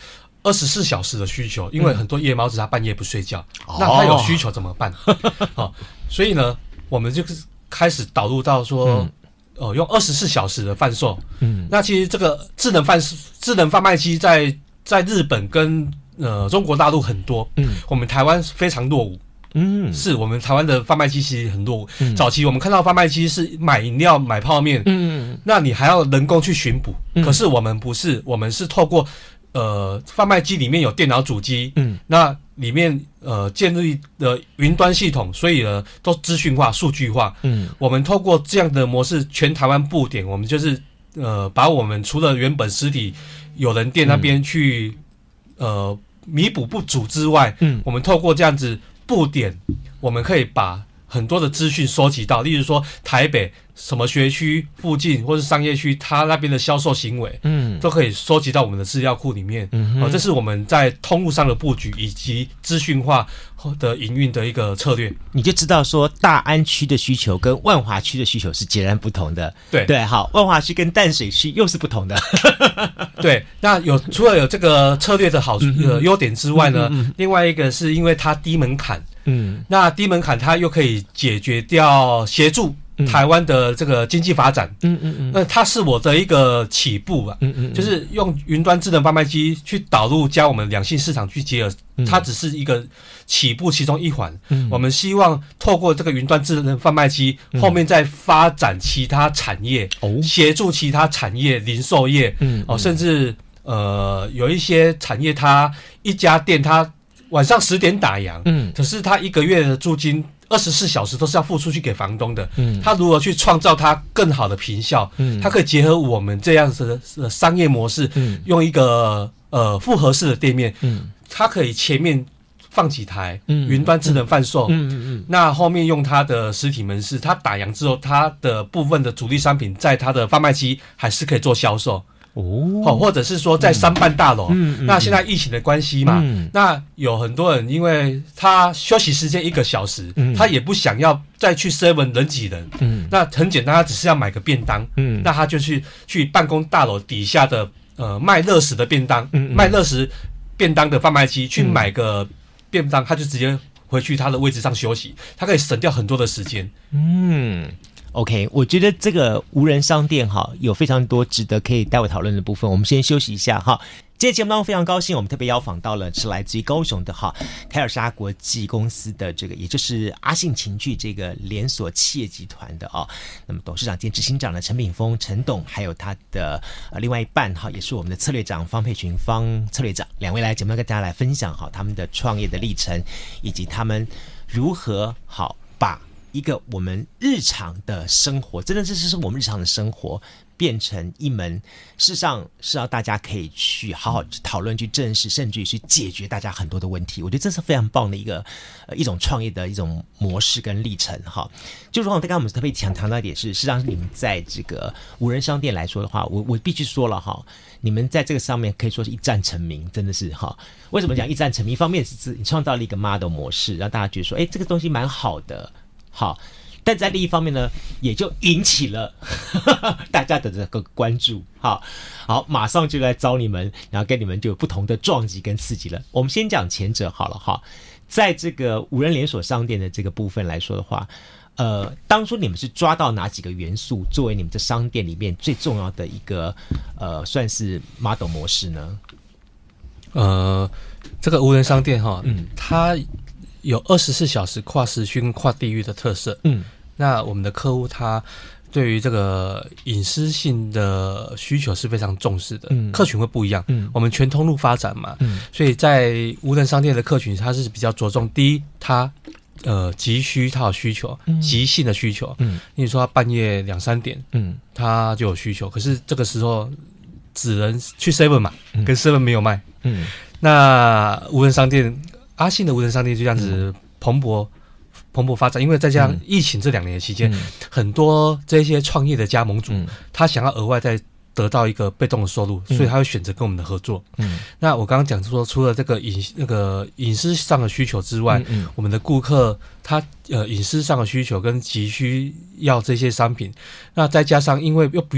24小时的需求，因为很多夜猫子他半夜不睡觉，那他有需求怎么办？所以呢，我们就是开始导入到说，用24小时的贩售。那其实这个智能贩卖机在日本跟中国大陆很多，我们台湾非常落伍。是我们台湾的贩卖机其实很落伍。早期我们看到贩卖机是买饮料、买泡面，那你还要人工去巡捕。可是我们不是，我们是透过贩卖机里面有电脑主机，那里面建立的云端系统，所以呢都资讯化、数据化。我们透过这样的模式，全台湾布点，我们就是把我们除了原本实体有人店那边去弥补不足之外，我们透过这样子布点，我们可以把很多的资讯收集到，例如说台北什么学区附近或是商业区，它那边的销售行为，都可以收集到我们的资料库里面。这是我们在通路上的布局以及资讯化的营运的一个策略。 你就知道说大安区的需求跟万华区的需求是截然不同的。对，好，万华区跟淡水区又是不同的。 对，那除了有这个策略的优点之外呢，另外一个是因为它低门槛。那低门槛它又可以解决掉协助台湾的这个经济发展。那它是我的一个起步啊，就是用云端智能贩卖机去导入加我们两性市场去结合，它只是一个起步其中一环。我们希望透过这个云端智能贩卖机，后面再发展其他产业，协助其他产业、零售业，甚至有一些产业，它一家店它晚上10点打烊，可是他1个月的租金24小时都是要付出去给房东的。他如何去创造他更好的坪效？他可以结合我们这样子的商业模式，用一个复合式的店面，他可以前面放几台云端智能贩售，那后面用他的实体门市，他打烊之后，他的部分的主力商品在他的贩卖机还是可以做销售。或者是说在商办大楼，那现在疫情的关系嘛，那有很多人因为他休息时间1个小时，他也不想要再去 7 人挤人，那很简单，他只是要买个便当，那他就去办公大楼底下的卖热食的便当，卖热食便当的贩卖机去买个便当，他就直接回去他的位置上休息，他可以省掉很多的时间。 OK， 我觉得这个无人商店有非常多值得可以待会讨论的部分。我们先休息一下哈。今天节目当中非常高兴，我们特别邀访到了是来自于高雄的凯尔莎国际公司的这个，也就是阿信情趣这个连锁企业集团的那么董事长兼执行长的陈炳峰陈董，还有他的另外一半也是我们的策略长方佩群方策略长，两位来节目跟大家来分享他们的创业的历程，以及他们如何把一个我们日常的生活，真的这是我们日常的生活变成一门事实上是要大家可以去好好讨论、去正视，甚至于去解决大家很多的问题。我觉得这是非常棒的一种创业的一种模式跟历程就如同刚刚我们特别强调到一点是，事实上你们在这个无人商店来说的话，我必须说了你们在这个上面可以说是一战成名，真的是为什么讲一战成名？一方面是你创造了一个 model 模式，让大家觉得说，这个东西蛮好的。但在另一方面呢，也就引起了大家的这个关注。好，马上就来找你们，然后跟你们就有不同的撞击跟刺激了。我们先讲前者好了在这个无人连锁商店的这个部分来说的话，当初你们是抓到哪几个元素作为你们这商店里面最重要的一个算是 model 模式呢？ 这个无人商店它有24小时跨时区跟跨地域的特色。那我们的客户他对于这个隐私性的需求是非常重视的，客群会不一样。我们全通路发展嘛，所以在无人商店的客群，它是比较着重第一，它急需，它有需求，急性的需求。例如说他半夜2、3点，他就有需求，可是这个时候只能去 7 买，跟 7 没有卖。那无人商店。阿信的无人商店就这样子蓬勃发展，因为再加上疫情这2年的期间，很多这些创业的加盟主，他想要额外再得到一个被动的收入，所以他会选择跟我们的合作。那我刚刚讲说，除了这个隐私上的需求之外，我们的顾客他隐私上的需求跟急需要这些商品，那再加上因为又不用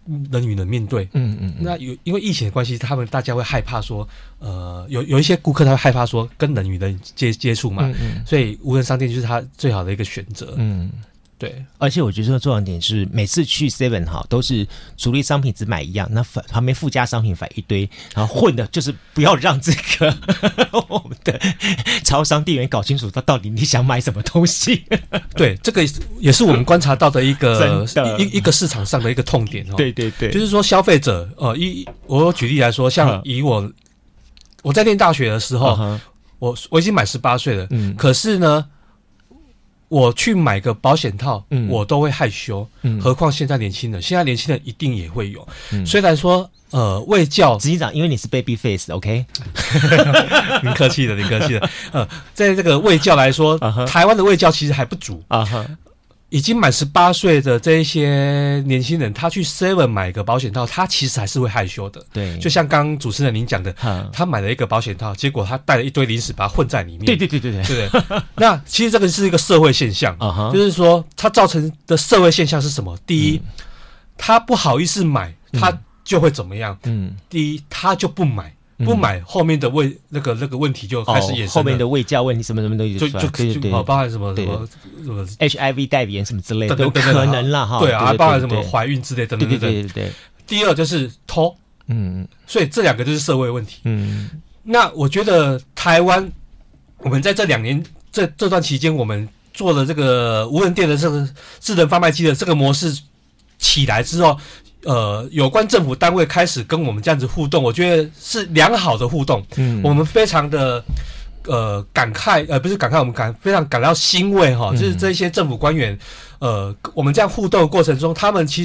人与人面对。那因为疫情的关系，大家会害怕说，有一些顾客他会害怕说跟人与人接触嘛，所以无人商店就是他最好的一个选择。对， 而且我觉得重要点是，每次去 Seven 哈，都是主力商品只买一样，那旁边附加商品摆一堆，然后混的就是不要让这个我们的超商店员搞清楚他到底你想买什么东西。 对，这个也是我们观察到的一个一个市场上的一个痛点哦。 对对对， 就是说消费者我举例来说，像以我在念大学的时候，我已经满18岁了，可是呢。我去买个保险套，我都会害羞，何况现在年轻人一定也会有。虽然说卫教执行长，因为你是 baby face，OK， 您客气了。在这个卫教来说，台湾的卫教其实还不足。已经满18岁的这一些年轻人，他去 Seven 买个保险套，他其实还是会害羞的。 对， 就像刚刚主持人您讲的，他买了一个保险套，结果他带了一堆零食把它混在里面。对。那其实这个是一个社会现象，就是说它造成的社会现象是什么？第一，他不好意思买，他就会怎么样？第一，他就不买。不买，后面的那个问题就开始衍生了， 后面的卫教问题什么东西就包含什么 HIV 代言什么之类的都可能啦哈。 对啊，包含什么怀孕之类等等。 对。 第二就是偷，所以这两个就是社会问题。那我觉得台湾，我们在这2年这段期间，我们做了这个无人店的这个智能贩卖机的这个模式起来之后。有关政府单位开始跟我们这样子互动，我觉得是良好的互动。我们非常的感慨，不是感慨，我们非常感到欣慰哈。就是这些政府官员，我们这样互动的过程中，他们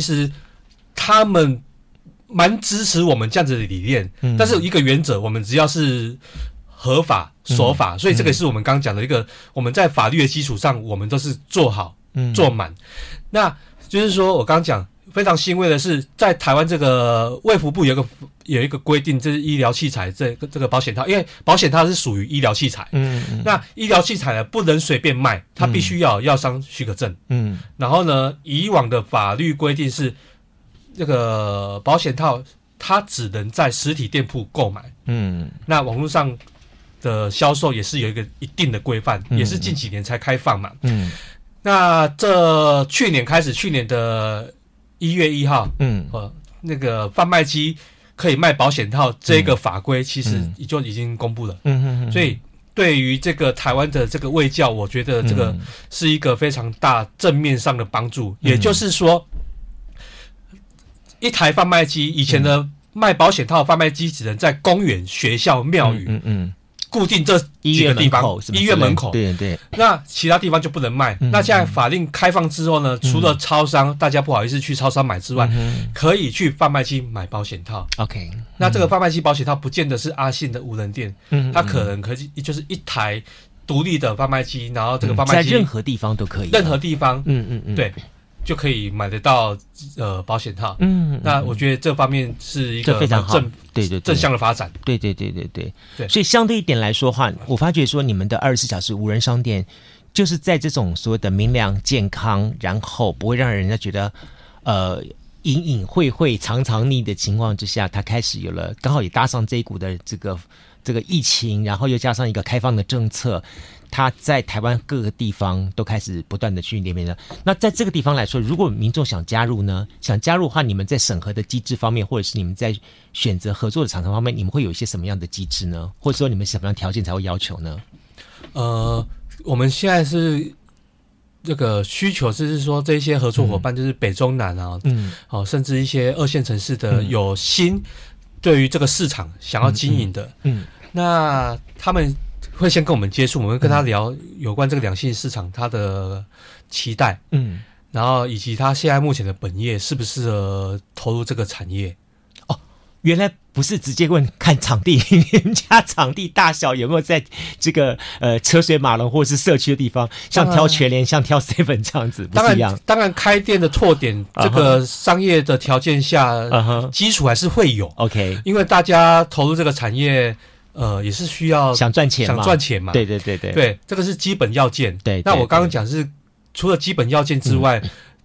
蛮支持我们这样子的理念。但是有一个原则，我们只要是合法守法，所以这个是我们刚刚讲的一个，我们在法律的基础上，我们都是做好做满。那就是说我刚刚讲。非常欣慰的是，在台湾这个卫福部有一个规定，就是医疗器材这个保险套，因为保险套是属于医疗器材，那医疗器材呢不能随便卖，它必须要有药商许可证，然后呢，以往的法律规定是这个保险套它只能在实体店铺购买，那网络上的销售也是有一定的规范，也是近几年才开放嘛，那去年的1月1号，那个贩卖机可以卖保险套这个法规，其实就已经公布了。所以对于这个台湾的这个卫教，我觉得这个是一个非常大正面上的帮助。也就是说，一台贩卖机，以前的卖保险套贩卖机只能在公园、学校、庙宇。固定这几个地方，医院门口， 对， 那其他地方就不能卖。那现在法令开放之后呢，除了超商，大家不好意思去超商买之外，可以去贩卖机买保险套。 OK， 那这个贩卖机保险套不见得是阿信的无人店，它可能就是一台独立的贩卖机，然后这个贩卖机在任何地方都可以， 任何地方，对。就可以买得到保险套，那我觉得这方面是一个非常好正向的发展， 对。所以相对一点来说的话，我发觉说你们的24小时无人商店，就是在这种所谓的明亮、健康，然后不会让人家觉得隐隐晦藏匿的情况之下，它开始有了，刚好也搭上这一股的这个疫情，然后又加上一个开放的政策。它在台湾各个地方都开始不断的去那边的。那在这个地方来说，如果民众想加入呢，的话，你们在审核的机制方面，或者是你们在选择合作的厂商方面，你们会有一些什么样的机制呢？或者说你们什么样的条件才会要求呢？ 我们现在是这个需求就是说，这些合作伙伴就是北中南啊，甚至一些2线城市的有心对于这个市场想要经营的，那他们会先跟我们接触，我们会跟他聊有关这个两性市场他的期待，然后以及他现在目前的本业适不适合投入这个产业。 哦，原来不是直接问看场地，你们家场地大小有没有在这个车水马龙或是社区的地方，像挑全联像挑 7 这样子，不是一样。 当然开店的拓点，这个商业的条件下，基础还是会有。 OK， 因为大家投入这个产业。也是需要想赚钱嘛，对， 这个是基本要件。 对， 那我刚刚讲是除了基本要件之外，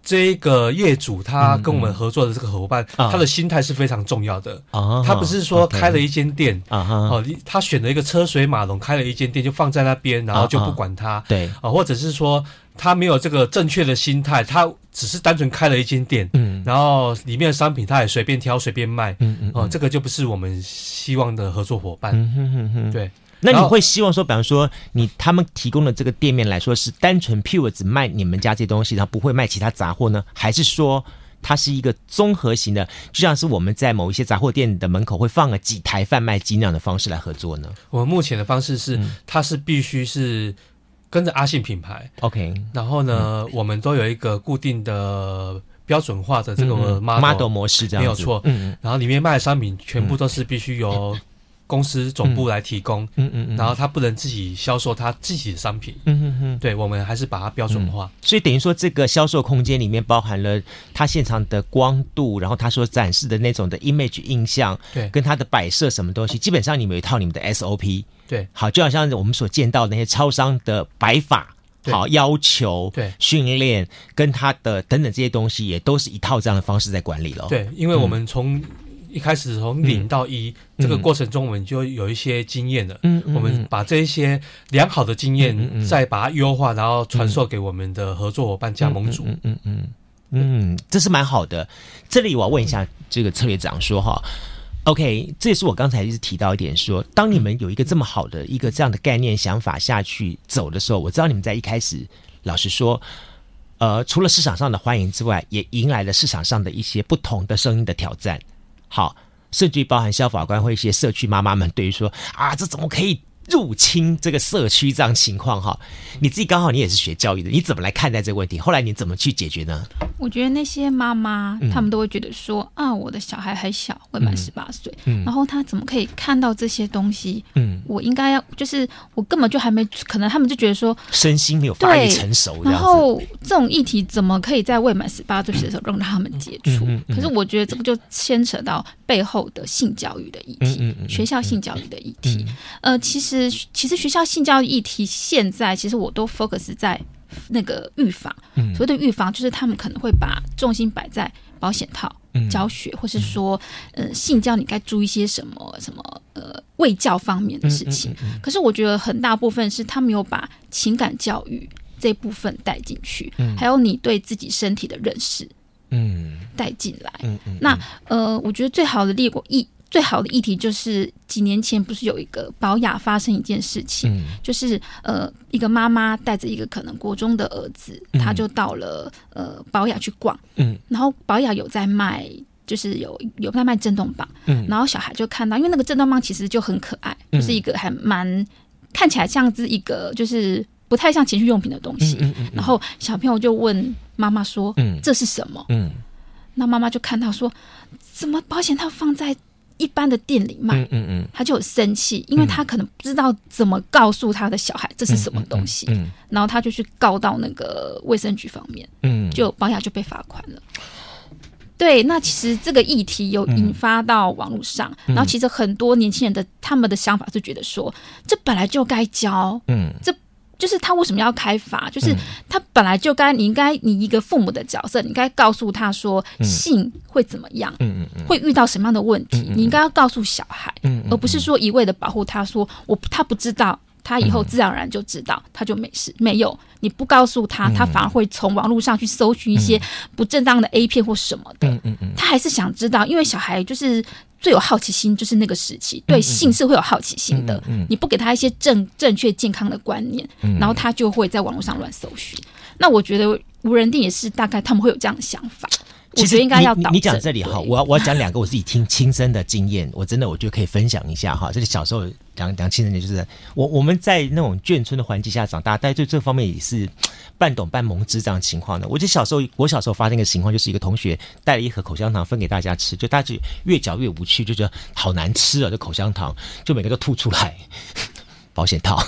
这个业主他跟我们合作的这个伙伴，他的心态是非常重要的。他不是说开了一间店，他选了一个车水马龙开了一间店就放在那边，然后就不管他。 对， 或者是说他没有这个正确的心态，他只是单纯开了一间店，然后里面的商品他也随便挑随便卖，这个就不是我们希望的合作伙伴。对。 那你会希望说，比方说他们提供的这个店面来说是单纯 pure 只卖你们家这些东西，然后不会卖其他杂货呢？还是说它是一个综合型的，就像是我们在某一些杂货店的门口会放个几台贩卖机那样的方式来合作呢？ 我们目前的方式是，它是必须是跟着阿信品牌 ，OK， 然后呢，我们都有一个固定的标准化的这个 model 模式，这样子没有错。然后里面卖的商品全部都是必须由公司总部来提供，然后他不能自己销售他自己的商品，对，我们还是把它标准化。 所以等于说，这个销售空间里面包含了他现场的光度，然后他所展示的那种的 image 印象， 对， 跟他的摆设什么东西，基本上你们有一套你们的 SOP， 对， 好，就好像我们所见到的那些超商的摆法。好，要求、 对训练跟他的等等这些东西，也都是一套这样的方式在管理了。 对，因为我们从一开始从0到1这个过程中，我们就有一些经验了。我们把这一些良好的经验，再把它优化，然后传授给我们的合作伙伴加盟主。 这是蛮好的。这里我要问一下这个策略长说哈。OK， 这也是我刚才一直提到一点说，当你们有一个这么好的一个这样的概念想法下去走的时候，我知道你们在一开始，老实说，除了市场上的欢迎之外，也迎来了市场上的一些不同的声音的挑战。好，甚至于包含消法官或一些社区妈妈们对于说这怎么可以入侵这个社区这样情况哈？你自己刚好你也是学教育的，你怎么来看待这个问题？后来你怎么去解决呢？ 我觉得那些妈妈他们都会觉得说我的小孩还小，未满18岁，然后他怎么可以看到这些东西？我应该要就是我根本就还没，可能他们就觉得说身心没有发育成熟这样子， 然后这种议题怎么可以在未满18岁的时候让他们接触？可是我觉得这个就牵扯到背后的性教育的议题，学校性教育的议题。其实学校性教育议题现在其实我都 focus 在那个预防，所谓的预防就是他们可能会把重心摆在保险套教学，或是说性教你该注意些什么卫教方面的事情。可是我觉得很大部分是他没有把情感教育这部分带进去，还有你对自己身体的认识带进来。那我觉得最好的议题就是几年前不是有一个保雅发生一件事情，就是一个妈妈带着一个可能国中的儿子，他就到了保雅去逛，然后保雅有在卖，就是有在卖震动棒，然后小孩就看到，因为那个震动棒其实就很可爱，就是一个还蛮看起来像是一个就是不太像情趣用品的东西，然后小朋友就问妈妈说这是什么？那妈妈就看到说怎么保险套放在一般的店里卖，他就有生气，因为他可能不知道怎么告诉他的小孩这是什么东西，然后他就去告到那个卫生局方面，就保雅就被罚款了。对，那其实这个议题有引发到网络上，然后其实很多年轻人他们的想法是觉得说，这本来就该教，这就是他为什么要开罚？就是他本来就你一个父母的角色，你应该告诉他说性会怎么样，会遇到什么样的问题，你应该要告诉小孩，而不是说一味的保护他说他不知道，他以后自然而然就知道，他就没事。没有，你不告诉他，他反而会从网络上去搜寻一些不正当的 A 片或什么的，他还是想知道，因为小孩就是最有好奇心，就是那个时期对性是会有好奇心的，你不给他一些正确健康的观念，然后他就会在网络上乱搜寻。那我觉得无人店也是大概他们会有这样的想法。 其实我觉得应该要导正。 你讲这里哈，我要讲2个我自己听亲身的经验，我真的我觉得可以分享一下哈。这里小时候讲亲身的，就是我们在那种眷村的环境下长大，大家对这方面也是半懂半蒙知这样的情况的。我小时候发生一个情况，就是一个同学带了一盒口香糖分给大家吃，就大家就越嚼越无趣，就觉得好难吃啊，这口香糖就每个都吐出来，保险套。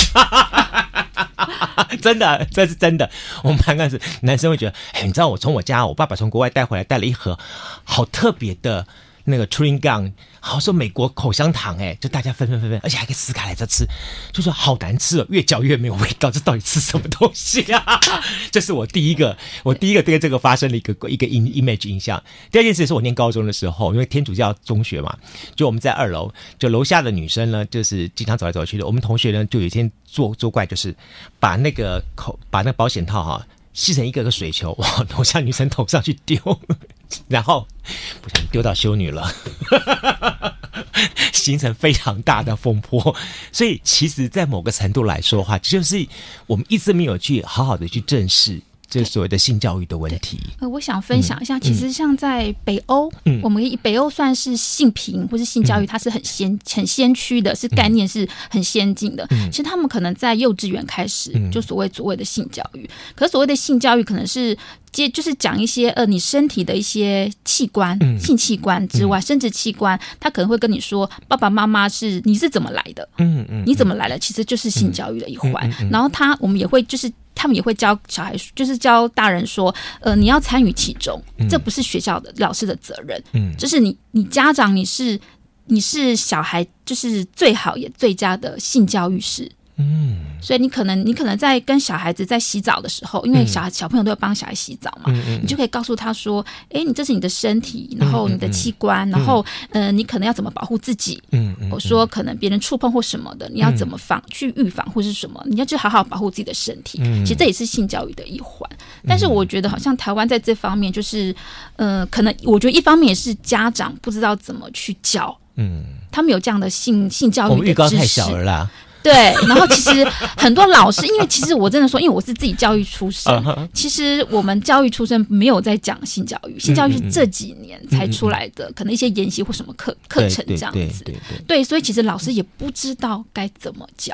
真的，这是真的。我们班男生会觉得，你知道我从我爸爸从国外带回来，带了一盒好特别的那个 chewing gum， 好说美国口香糖，就大家分，而且还可以撕开来再吃，就说好难吃哦，越嚼越没有味道，这到底吃什么东西啊？这是我第一个对这个发生了一个 image 印象。第二件事是我念高中的时候，因为天主教中学嘛，就我们在2楼，就楼下的女生呢，就是经常走来走去的。我们同学呢，就有一天作怪，就是把那个保险套吸成一个水球往楼下女生头上去丢，然后不小心丢到修女了，形成非常大的风波。所以其实在某个程度来说的话，就是我们一直没有去好好的去正视这所谓的性教育的问题。 我想分享一下，其实像在北欧，我们北欧算是性平或是性教育，它是很先驱的，是概念是很先进的。其实他们可能在幼稚园开始就所谓的性教育，可是所谓的性教育可能是就是讲一些你身体的一些器官，性器官之外，生殖器官，他可能会跟你说，爸爸妈妈你是怎么来的，你怎么来的，其实就是性教育的一环。然后他们也会教小孩，就是教大人说，你要参与其中，这不是学校的老师的责任，就是你家长你是小孩，就是最好也最佳的性教育师。所以你可能在跟小孩子在洗澡的时候，因为小朋友都会帮小孩洗澡嘛，你就可以告诉他说，你这是你的身体，然后你的器官，然后你可能要怎么保护自己，我说可能别人触碰或什么的，你要怎么去预防或是什么，你要去好好保护自己的身体。其实这也是性教育的一环。但是我觉得好像台湾在这方面就是可能我觉得一方面也是家长不知道怎么去教，他们有这样的性教育的知识， 我们预告太小了啦。 对，然后其实很多老师，因为其实我真的说，因为我是自己教育出身，其实我们教育出身没有在讲性教育，性教育是这几年才出来的，可能一些研习或什么课程这样子。对，所以其实老师也不知道该怎么教。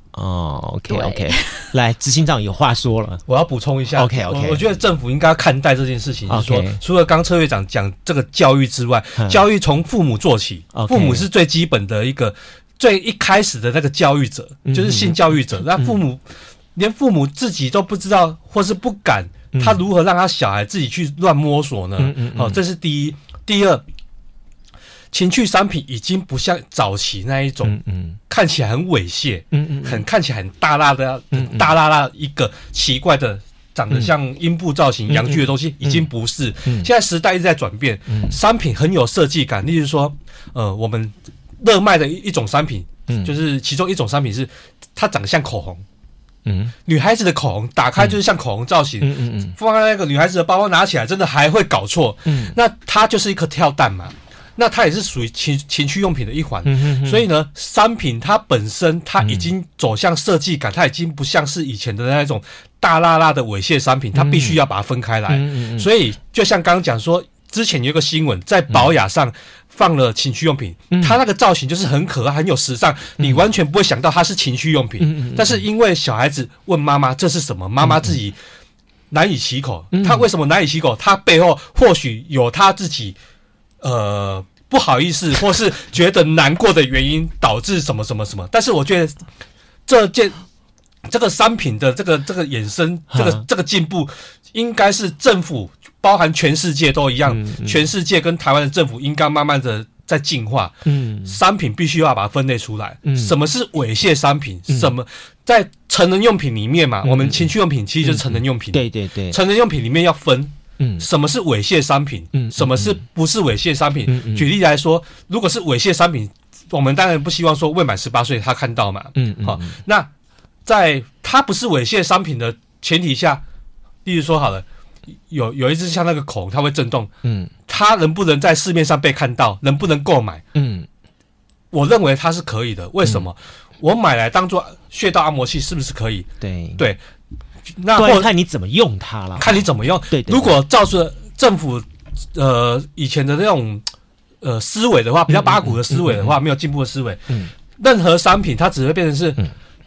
OK， 来，执行长有话说了， 我要补充一下。 OK， 我觉得政府应该看待这件事情，就是说，除了刚车院长讲这个教育之外，教育从父母做起，父母是最基本的一个。最一开始的那个教育者就是性教育者，那连父母自己都不知道或是不敢，他如何让他小孩自己去乱摸索呢？这是第一。第二，情趣商品已经不像早期那一种，看起来很猥亵，看起来很大辣的一个奇怪的长得像阴部造型阳具的东西，已经不是。现在时代一直在转变，商品很有设计感，例如说，我们热卖的一种商品，就是其中一种商品是它长得像口红，女孩子的口红打开就是像口红造型，放在那个女孩子的包包拿起来真的还会搞错，那它就是一颗跳蛋嘛，那它也是属于情趣用品的一环，所以呢，商品它本身它已经走向设计感，它已经不像是以前的那种大辣辣的猥亵商品，它必须要把它分开来，所以就像刚刚讲说，之前有一个新闻在宝雅上放了情趣用品，它那个造型就是很可爱很有时尚，你完全不会想到它是情趣用品，但是因为小孩子问妈妈这是什么，妈妈自己难以启口，他为什么难以启口，他背后或许有他自己不好意思或是觉得难过的原因导致什么什么什么，但是我觉得这个商品的这个衍生这个进步应该是政府包含全世界都一样，全世界跟台湾的政府应该慢慢的在进化，商品必须要把它分类出来，什么是猥亵商品，什么在成人用品里面嘛，我们情趣用品其实就是成人用品， 对， 成人用品里面要分什么是猥亵商品，什么是不是猥亵商品，举例来说，如果是猥亵商品，我们当然不希望说未满18岁他看到嘛，好，那在它不是猥亵商品的前提下，例如说好了，有一只像那个口红，它会震动，它能不能在市面上被看到，能不能购买？我认为它是可以的。为什么？我买来当做穴道按摩器，是不是可以？对，那或看你怎么用它了， 看你怎么用。 对， 如果照着政府以前的那种思维的话，比较八股的思维的话，没有进步的思维，任何商品它只会变成是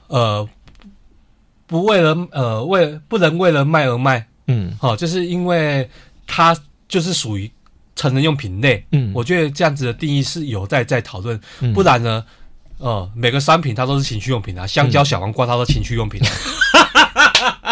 不能为了卖而卖，就是因为它就是属于成人用品类，我觉得这样子的定义是有在讨论，不然呢，每个商品它都是情趣用品啊，香蕉、小黄瓜它都是情趣用品啊。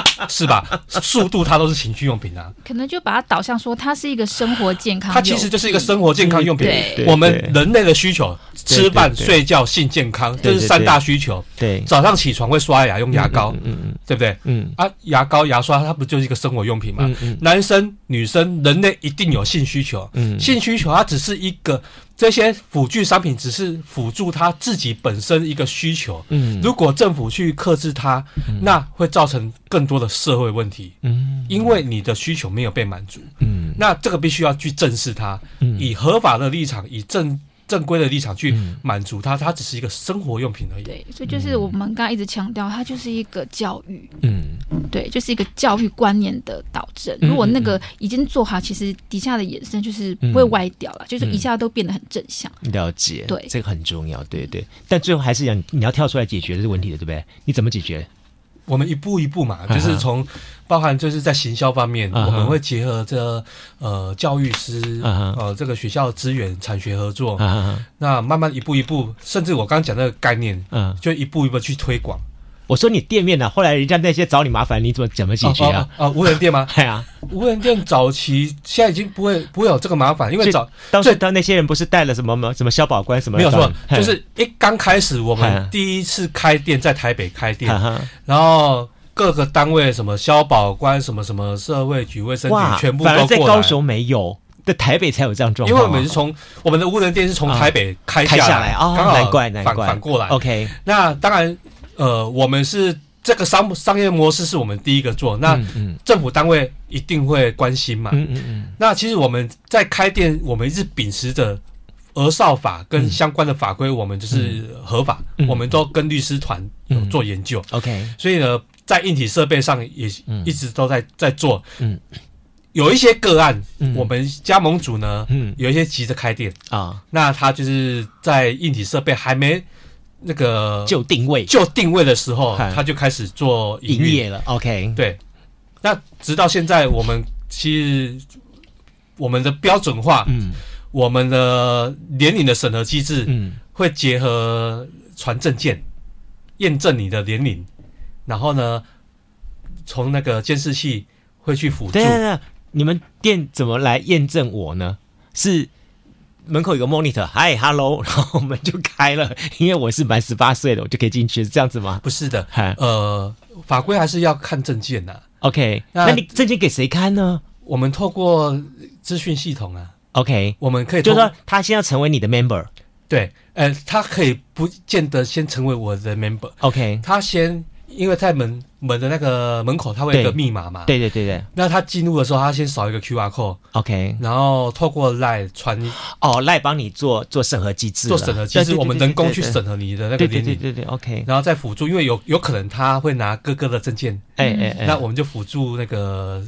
是吧？速度它都是情趣用品啊， 可能就把它导向说它是一个生活健康用品， 它其实就是一个生活健康用品。我们人类的需求，吃饭、睡觉、性健康，这是3大需求。 对， 早上起床会刷牙用牙膏，对不对？牙膏、牙刷它不就是一个生活用品吗？男生、女生，人类一定有性需求，性需求它只是一个。这些辅具商品只是辅助他自己本身一个需求，如果政府去克制它，那会造成更多的社会问题，因为你的需求没有被满足，那这个必须要去正视它，以合法的立场，以正规的立场去满足它，它只是一个生活用品而已。 对，所以就是我们刚刚一直强调，它就是一个教育，对，就是一个教育观念的导正。如果那个已经做好，其实底下的衍生就是不会歪掉了，就是一下都变得很正向。 了解， 对， 这个很重要，对对。但最后还是你要跳出来解决这个问题的，对不对？你怎么解决？ 我们一步一步嘛，就是从包含就是在行销方面，我们会结合这教育师这个学校资源产学合作，那慢慢一步一步，甚至我刚刚讲那个概念，就一步一步去推广。 我说你店面呢，后来人家那些找你麻烦，你怎么解决啊？ 无人店吗？ 对啊， 无人店早期现在已经不会有这个麻烦，因为当那些人不是带了什么消保官什么？ 没有错，就是刚开始我们第一次开店在台北开店，然后各个单位什么消保官什么什么社会局、卫生局全部都过来。 反而在高雄没有，在台北才有这样状况。 因为我们是我们的无人店是从台北开下来， 刚好难怪反过来。 OK， 那当然。我们是这个商业模式是我们第一个做，那政府单位一定会关心嘛。那其实我们在开店，我们一直秉持着儿少法跟相关的法规，我们就是合法，我们都跟律师团有做研究。 OK， 所以呢，在硬体设备上也一直都在做。有一些个案，我们加盟组呢，有一些急着开店啊，那他就是在硬体设备还没。那个就定位的时候，他就开始做营业了。OK， 对。那直到现在，我们其实我们的标准化，我们的年龄的审核机制，会结合传证件验证你的年龄，然后呢，从那个监视器会去辅助。 对，你们店怎么来验证我呢？是？门口有个 monitor， 嗨 ，hello， 然后我们就开了，因为我是满18岁的，我就可以进去，是这样子吗？ 不是的，法规还是要看证件的。 OK， 那你证件给谁看呢？ 我们透过资讯系统啊。 OK， 我们可以就是说他先要成为你的 member， 对，他可以不见得先成为我的 member。OK， 他先。因为在门的那个门口，它会有一个密码嘛。 对。 那他进入的时候，他先扫一个 QR code。OK， 然后透过 LINE 传。 LINE 帮你做审核机制。做审核机制，我们人工去审核你的那个年龄。 对。OK， 然后再辅助，因为有可能他会拿哥哥的证件。那我们就辅助那个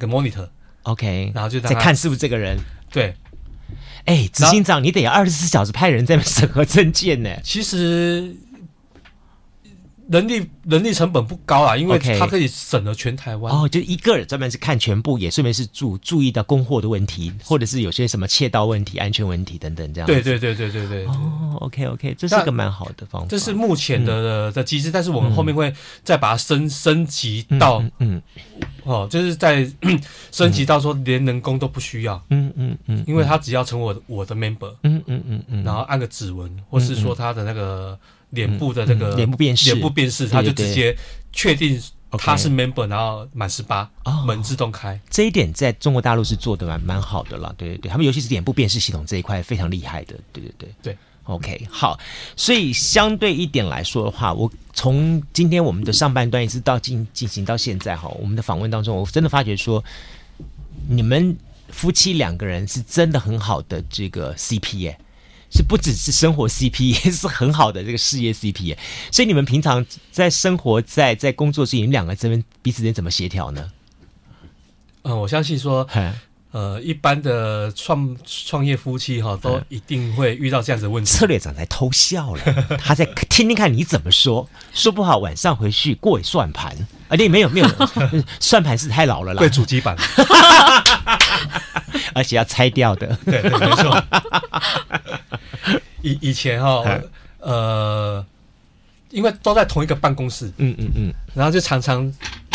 monitor。OK， 然后就再看是不是这个人。 对。 执行长，你得24小时派人在那审核证件呢。 其实。人力成本不高啊，因为它可以审核全台湾。 就一个人专门是看全部，也顺便是注意到供货的问题，或者是有些什么窃盗问题、安全问题等等这样子。 对。 OK， 这是一个蛮好的方法。 这是目前的机制，但是我们后面会再把它升级到就是在升级到说连人工都不需要。因为他只要成为我的 member。然后按个指纹，或是说他的那个。脸部的这个脸部辨识， 他就直接确定他是 member， 然后满18，门自动开。 这一点在中国大陆是做的蛮好的啦，对，他们尤其是脸部辨识系统这一块非常厉害的，对。OK， 好，所以相对一点来说的话，我从今天我们的上半段一直到进行到现在哈，我们的访问当中，我真的发觉说，你们夫妻2个人是真的很好的这个 CP 耶。是不只是生活 CP， 也是很好的这个事业 CP， 所以你们平常在生活在工作时，你们2个这边彼此之间怎么协调呢？ 我相信说，一般的创业夫妻都一定会遇到这样子的问题。 策略长在偷笑了，他在听听看你怎么说，说不好晚上回去过一算盘，没有，算盘是太老了啦， 会主机板。 而且要拆掉的， 对，没错。以前因为都在同一个办公室，然后就常常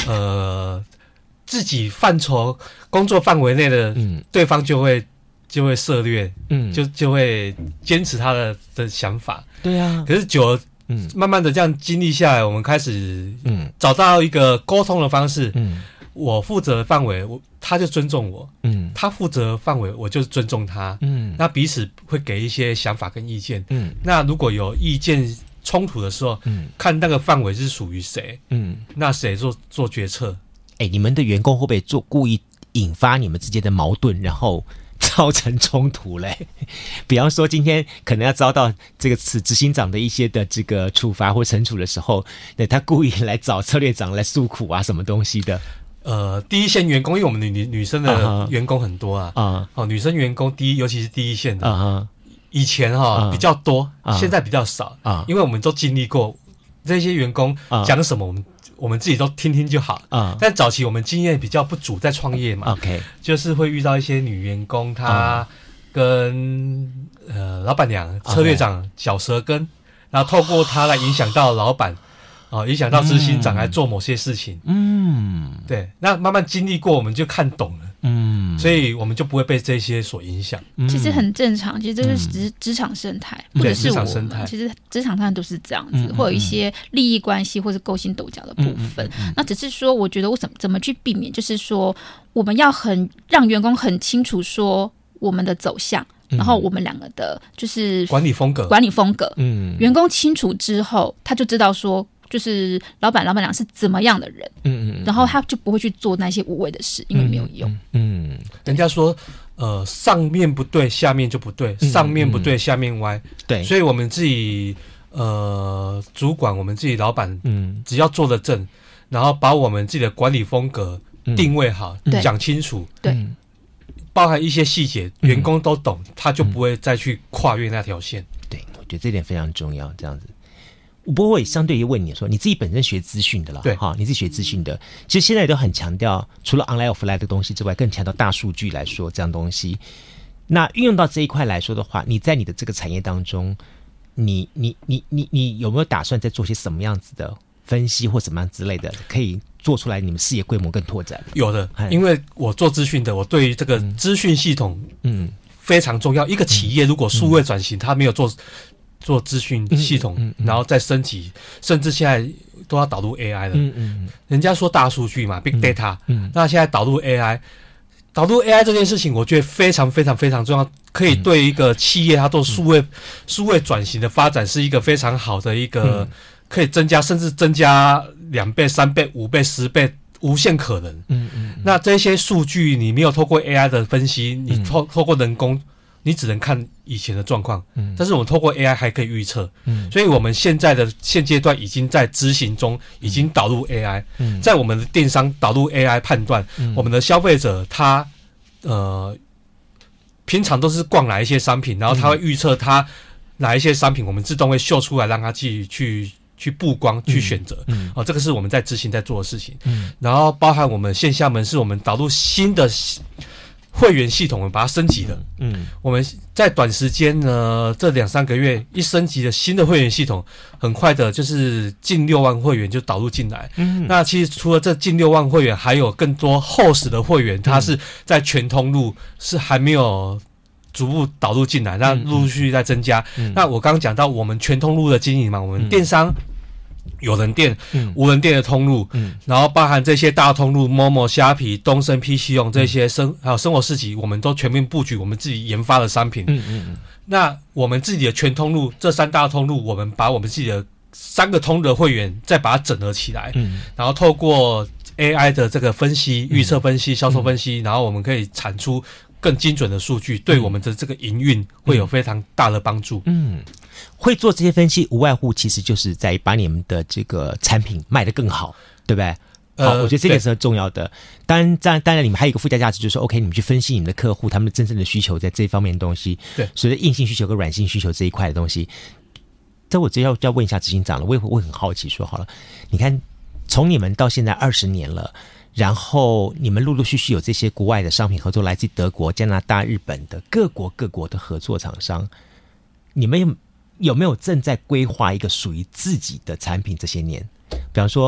自己范畴工作范围内的，对方就会涉略，就会坚持他的想法。 对啊， 可是久了，慢慢的这样经历下来，我们开始找到一个沟通的方式。我负责范围，他就尊重我；他负责范围，我就尊重他。那彼此会给一些想法跟意见。那如果有意见冲突的时候，看那个范围是属于谁，那谁做决策。 你们的员工会不会故意引发你们之间的矛盾，然后造成冲突嘞？比方说今天可能要遭到这个执行长的一些的这个处罚或惩处的时候，他故意来找策略长来诉苦啊，什么东西的？ 第一线员工，因为我们女生的员工很多啊，女生员工尤其是第一线的，以前比较多，现在比较少啊，因为我们都经历过这些员工讲什么，我们自己都听听就好。但早期我们经验比较不足，在创业嘛，就是会遇到一些女员工，她跟老板娘、策略长嚼舌根，然后透过她来影响到老板。影响到执行长来做某些事情。对，那慢慢经历过，我们就看懂了。所以我们就不会被这些所影响。 其实很正常，其实这是职场生态，或者是我们其实职场上都是这样子，会有一些利益关系或是勾心斗角的部分。那只是说，我觉得我怎么去避免，就是说我们要让员工很清楚说我们的走向。然后我们两个的就是管理风格， 员工清楚之后，他就知道说，就是老板娘是怎么样的人，然后他就不会去做那些无谓的事，因为没有用。 人家说，上面不对，下面就不对，上面不对，下面歪。对，所以我们自己主管，我们自己老板，只要做得正，然后把我们自己的管理风格定位好，讲清楚，对。包含一些细节，员工都懂，他就不会再去跨越那条线。 对，我觉得这点非常重要。这样子，不过我也相对于问你说，你自己本身学资讯的啦，对，你自己学资讯的，其实现在都很强调，除了 online offline 的东西之外，更强调大数据来说这样东西。那运用到这一块来说的话，你在你的这个产业当中，你有没有打算在做些什么样子的分析或什么样之类的，可以做出来你们事业规模更拓展？ 有的，因为我做资讯的，我对于这个资讯系统非常重要。一个企业如果数位转型，它没有做资讯系统，然后再升级，甚至现在都要导入 AI 了。人家说大数据嘛 ，Big Data，那现在导入 AI 这件事情，我觉得非常非常非常重要，可以对一个企业它做数位转型的发展是一个非常好的一个。可以甚至增加2倍、3倍、5倍、10倍，无限可能。那这些数据你没有透过 AI 的分析，你透过人工，你只能看以前的状况。但是我们透过 AI 还可以预测。所以我们现阶段已经在执行中，已经导入 AI。在我们的电商导入 AI 判断，我们的消费者他平常都是逛哪一些商品，然后他会预测他哪一些商品，我们自动会秀出来，让他自己去布光去选择。这个是我们在执行在做的事情。然后包含我们线下门市，我们导入新的会员系统，我们把它升级了。我们在短时间呢，这2-3个月一升级的新的会员系统，很快的就是近6万会员就导入进来。那其实除了这近6万会员，还有更多厚实的会员，它是在全通路是还没有逐步导入进来，那陆陆续续在增加。那我刚刚讲到我们全通路的经营嘛，我们电商有人店、无人店的通路，然后包含这些大通路，Momo、虾皮、东森、PC 用这些还有生活市集，我们都全面布局我们自己研发的商品。那我们自己的全通路这3大通路，我们把我们自己的3个通路的会员再把它整合起来，然后透过 AI 的这个分析、预测分析、销售分析，然后我们可以产出更精准的数据，对我们的这个营运会有非常大的帮助。 会做这些分析，无外乎其实就是在把你们的这个产品卖得更好，对不对？好，我觉得这个是很重要的。当然，你们还有一个附加价值，就是说 OK， 你们去分析你们的客户他们的真正的需求，在这一方面的东西，对，所谓的硬性需求跟软性需求这一块的东西。这我直接要问一下执行长了，我也很好奇，说好了，你看从你们到现在20年了。然后你们陆陆续续有这些国外的商品合作，来自德国、加拿大、日本的各国的合作厂商，你们有没有正在规划一个属于自己的产品？这些年，比方说，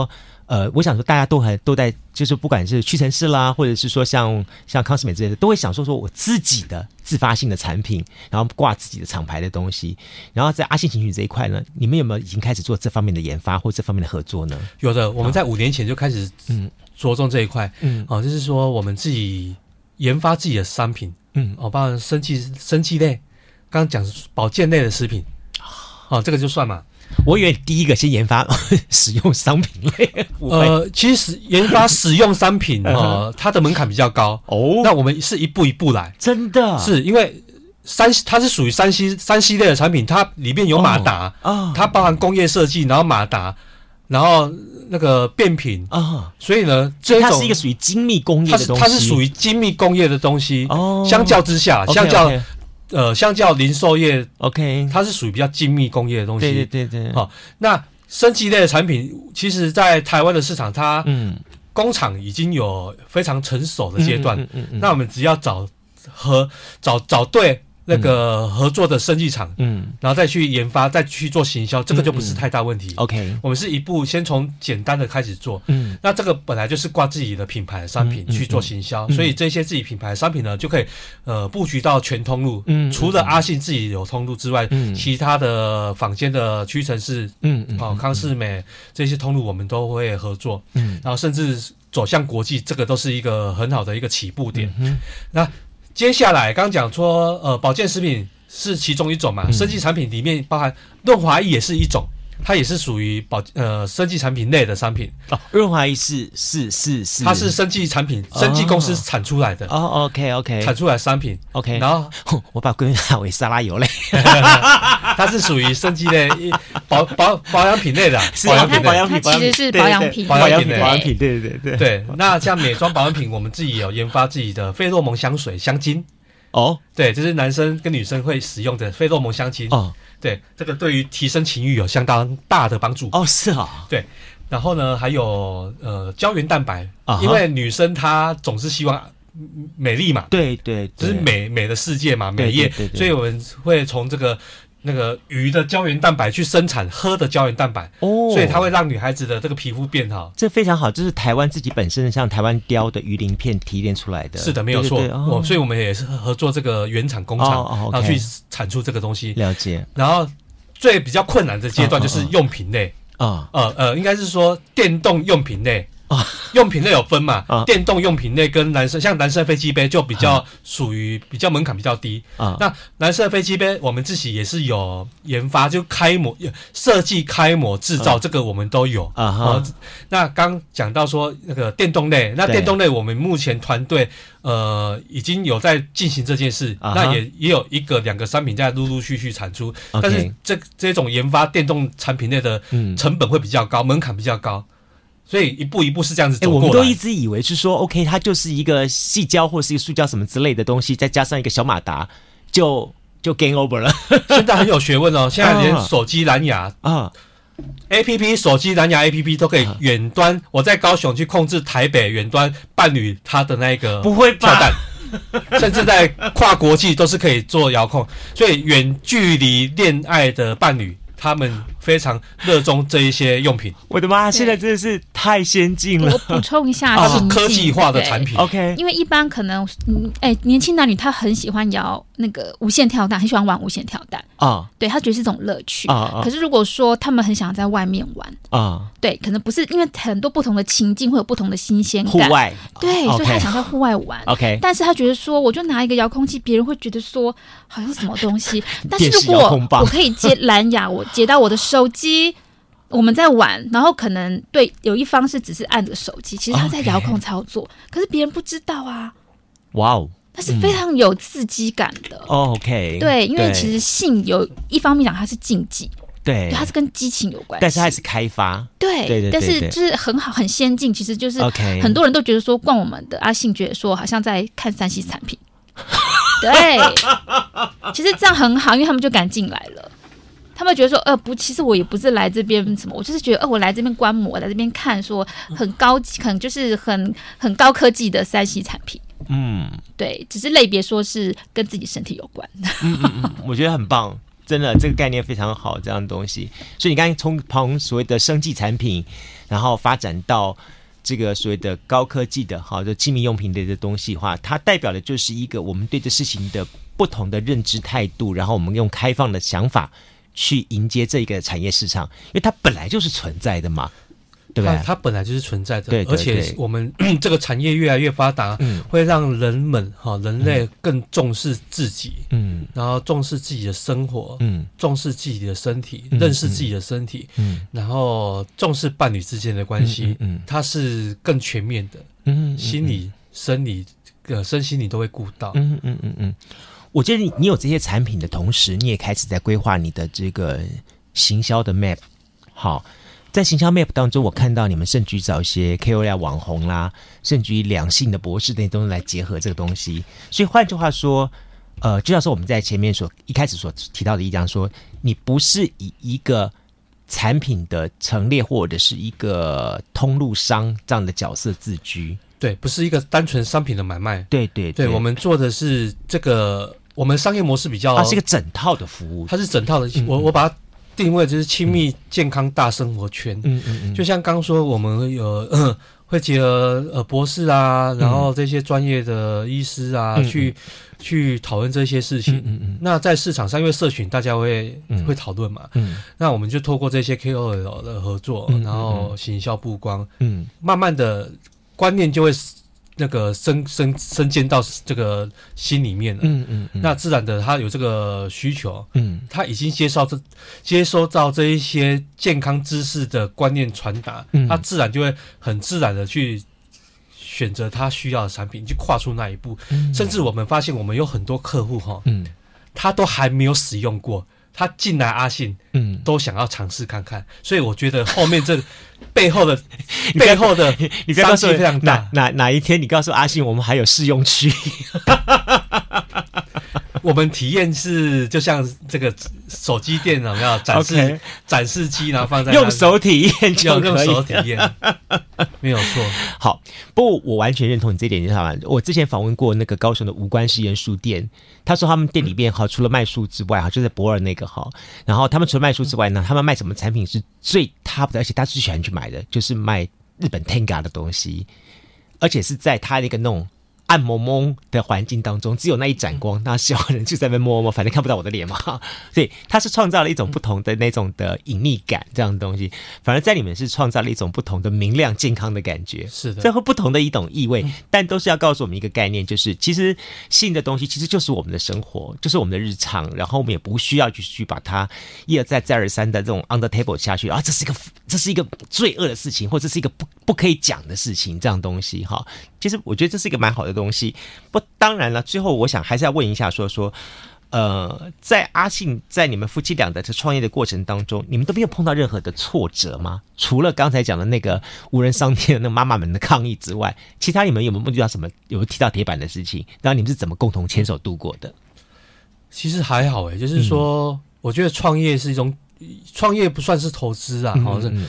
我想说大家都在，就是不管是屈臣氏啦，或者是说像康是美之类的，都会想说我自己的自发性的产品，然后挂自己的厂牌的东西。然后在阿信情趣这一块呢，你们有没有已经开始做这方面的研发或这方面的合作呢？ 有的，我们在5年前就开始着重这一块，就是说我们自己研发自己的商品，包括生技类，刚刚讲保健类的食品，这个就算嘛。 我以为第一个先研发使用商品类， 其实研发使用商品它的门槛比较高哦。那我们是一步一步来， 真的是因为它是属于三 C 类的产品，它里面有马达它包含工业设计，然后马达，然后那个变频所以呢， 它是一个属于精密工业的东西， 它是属于精密工业的东西。相较之下，相较零售业 ，OK， 它是属于比较精密工业的东西。 对。 那生技类的产品，其实在台湾的市场，它工厂已经有非常成熟的阶段。那我们只要找对那个合作的生技厂，然后再去研发，再去做行销，这个就不是太大问题。 OK， 我们是一步先从简单的开始做。那这个本来就是挂自己的品牌的商品去做行销，所以这些自己品牌的商品呢，就可以布局到全通路。除了阿信自己有通路之外，其他的坊间的屈臣氏、康是美这些通路，我们都会合作。然后甚至走向国际，这个都是一个很好的一个起步点。那接下来刚刚讲说保健食品是其中一种嘛，生技产品里面包含润滑液也是一种，它也是属于生技产品类的商品。 润滑液是它是生技产品，生技公司产出来的。 OK， 产出来的商品。OK， 然后我把归纳为沙拉油类， 它是属于生技类保养品类的。 保养品， 它其实是保养品， 对。那像美妆保养品，我们自己有研发自己的费洛蒙香水、香精。对，这是男生跟女生会使用的费洛蒙香精。对，这个对于提升情欲有相当大的帮助。 是啊。 对，然后呢，还有胶原蛋白，因为女生她总是希望美丽嘛， 对， 就是美的世界嘛，美业，所以我们会从那个鱼的胶原蛋白去生产喝的胶原蛋白，所以它会让女孩子的这个皮肤变好。 这非常好，这是台湾自己本身像台湾雕的鱼鳞片提炼出来的。 是的，没有错。所以我们也是合作这个原厂工厂，然后去产出这个东西。 了解。然后最比较困难的阶段就是用品类应该是说电动用品类。用品类有分嘛，电动用品类跟像男生飞机杯就比较属于比较门槛比较低。那男生的飞机杯我们自己也是有研发，就开模设计、开模制造，这个我们都有。那刚讲到说那个电动类，那电动类我们目前团队已经有在进行这件事，那也有2个商品在陆陆续续产出，但是这种研发电动产品类的成本会比较高，门槛比较高。所以一步一步是这样子走过来。 我们都一直以为是说 OK， 它就是一个矽胶或是一个塑胶什么之类的东西，再加上一个小马达就 game over 了。 现在很有学问现在连手机蓝牙APP 手机蓝牙 APP 都可以远端，我在高雄去控制台北远端伴侣他的那个不会吧跳蛋，甚至在跨国际都是可以做遥控，所以远距离恋爱的伴侣他们非常热衷这一些用品。 我的妈，现在真的是太先进了。 我补充一下， 它是科技化的产品。 OK， 因为一般可能年轻男女他很喜欢摇那个无线跳蛋，很喜欢玩无线跳蛋对，他觉得是一种乐趣可是如果说他们很想在外面玩对，可能不是，因为很多不同的情境会有不同的新鲜感， 户外对所以他想在户外玩但是他觉得说，我就拿一个遥控器，别人会觉得说好像什么东西但是如果我可以接蓝牙，我接到我的手机，我们在玩，然后可能对有一方是只是按着手机，其实他在遥控操作可是别人不知道哇哦， 它是非常有刺激感的 OK， 对，因为其实性有一方面讲它是禁忌， 对， 它是跟激情有关系， 但是它是开发， 对，但是就是很好很先进，其实就是很多人都觉得说逛我们的阿信觉得说好像在看3C 产品对，其实这样很好，因为他们就敢进来了，他们觉得说不，其实我也不是来这边什么，我就是觉得我来这边观摩，来这边看说很高级，可能就是很高科技的3C 产品对，只是类别说是跟自己身体有关我觉得很棒， 真的这个概念非常好，这样的东西。所以你刚才从所谓的生技产品，然后发展到这个所谓的高科技的就亲密用品类的东西的话，它代表的就是一个我们对这事情的不同的认知态度，然后我们用开放的想法去迎接这个产业市场，因为它本来就是存在的嘛，对不对？ 它本来就是存在的， 对， 而且我们这个产业越来越发达，会让人类更重视自己，然后重视自己的生活，重视自己的身体，认识自己的身体，然后重视伴侣之间的关系，它是更全面的，心理、生理、身心理都会顾到， 我觉得你有这些产品的同时，你也开始在规划你的这个行销的 map。 好，在行销 map 当中，我看到你们甚至于找一些 KOL 网红啦，甚至于两性的博士那些东西来结合这个东西。所以换句话说，就像是我们在前面一开始所提到的一样，说你不是以一个产品的陈列或者是一个通路商这样的角色自居， 对，不是一个单纯商品的买卖， 对， 我们做的是这个，我们商业模式比较， 它是一个整套的服务， 它是整套的，我把它定位就是亲密健康大生活圈，就像刚说我们有会结合博士啊，然后这些专业的医师啊，去讨论这些事情。那在市场上，因为社群大家会讨论嘛，那我们就透过这些 KOL 的合作，然后行销曝光，慢慢的观念就会那个升迁到这个心里面了。那自然的他有这个需求，他已经接收到这一些健康知识的观念传达，他自然就会很自然的去选择他需要的产品，去跨出那一步。甚至我们发现我们有很多客户他都还没有使用过，他进来阿信都想要尝试看看。所以我觉得后面这背后的商机非常大。 哪一天你告诉阿信我们还有试用区我们体验是就像这个手机店有没有展示机，然后放在用手体验就可以， 用手体验没有错。 好，不过我完全认同你这点，你知道吗？我之前访问过那个高雄的无关实验书店，他说他们店里面除了卖书之外就在博尔那个然后他们除了卖书之外呢，他们卖什么产品是最 top 的，而且他最喜欢去买的就是卖日本 Tenga 的东西，而且是在他那个那种暗蒙蒙的环境当中，只有那一盏光，那喜欢人就在那边摸，反正看不到我的脸嘛，所以他是创造了一种不同的那种的隐秘感，这样的东西，反而在你们是创造了一种不同的明亮健康的感觉， 是的， 这会不同的一种意味，但都是要告诉我们一个概念，就是其实性的东西其实就是我们的生活，就是我们的日常，然后我们也不需要去把它一而再再而三的这种 on the table 下去啊，这是一个罪恶的事情，或者是一个不可以讲的事情，这样东西其实我觉得这是一个蛮好的东西。不，当然了，最后我想还是要问一下说在阿信在你们夫妻俩的创业的过程当中，你们都没有碰到任何的挫折吗？除了刚才讲的那个无人商店的那妈妈们的抗议之外，其他你们有没有遇到什么有提到铁板的事情？然后你们是怎么共同牵手度过的？ 其实还好就是说我觉得创业是一种，创业不算是投资啊，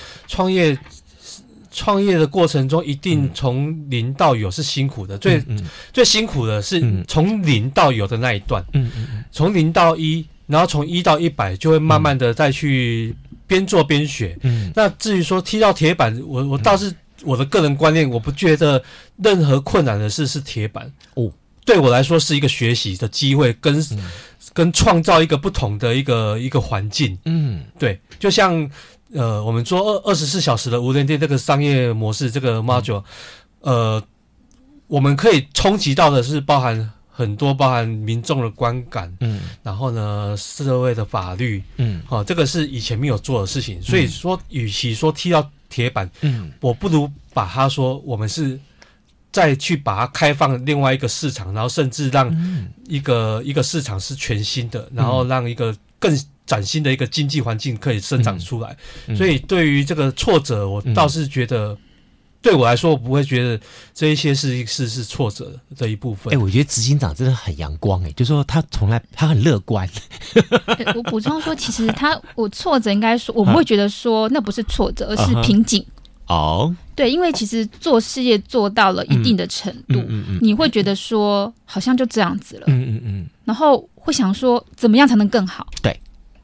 创业的过程中，一定从零到有是辛苦的，最辛苦的是从零到有的那一段，从0到1，然后从1到100，就会慢慢的再去边做边学。那至于说踢到铁板，我倒是我的个人观念，我不觉得任何困难的事是铁板对我来说是一个学习的机会，跟创造一个不同的一个环境。对，就像我们做24小时的无人店这个商业模式，这个 module，我们可以冲击到的是包含民众的观感，然后呢，社会的法律，这个是以前没有做的事情，所以说，与其说踢到铁板，我不如把它说我们是再去把它开放另外一个市场，然后甚至让一个市场是全新的，然后让一个更崭新的一个经济环境可以生长出来。所以对于这个挫折，我倒是觉得对我来说，我不会觉得这一些是挫折的一部分。 我觉得执行长真的很阳光，就是说他很乐观。 我补充说，其实我挫折应该说，我不会觉得说那不是挫折，而是瓶颈。对，因为其实做事业做到了一定的程度，你会觉得说好像就这样子了，然后会想说怎么样才能更好？ 对，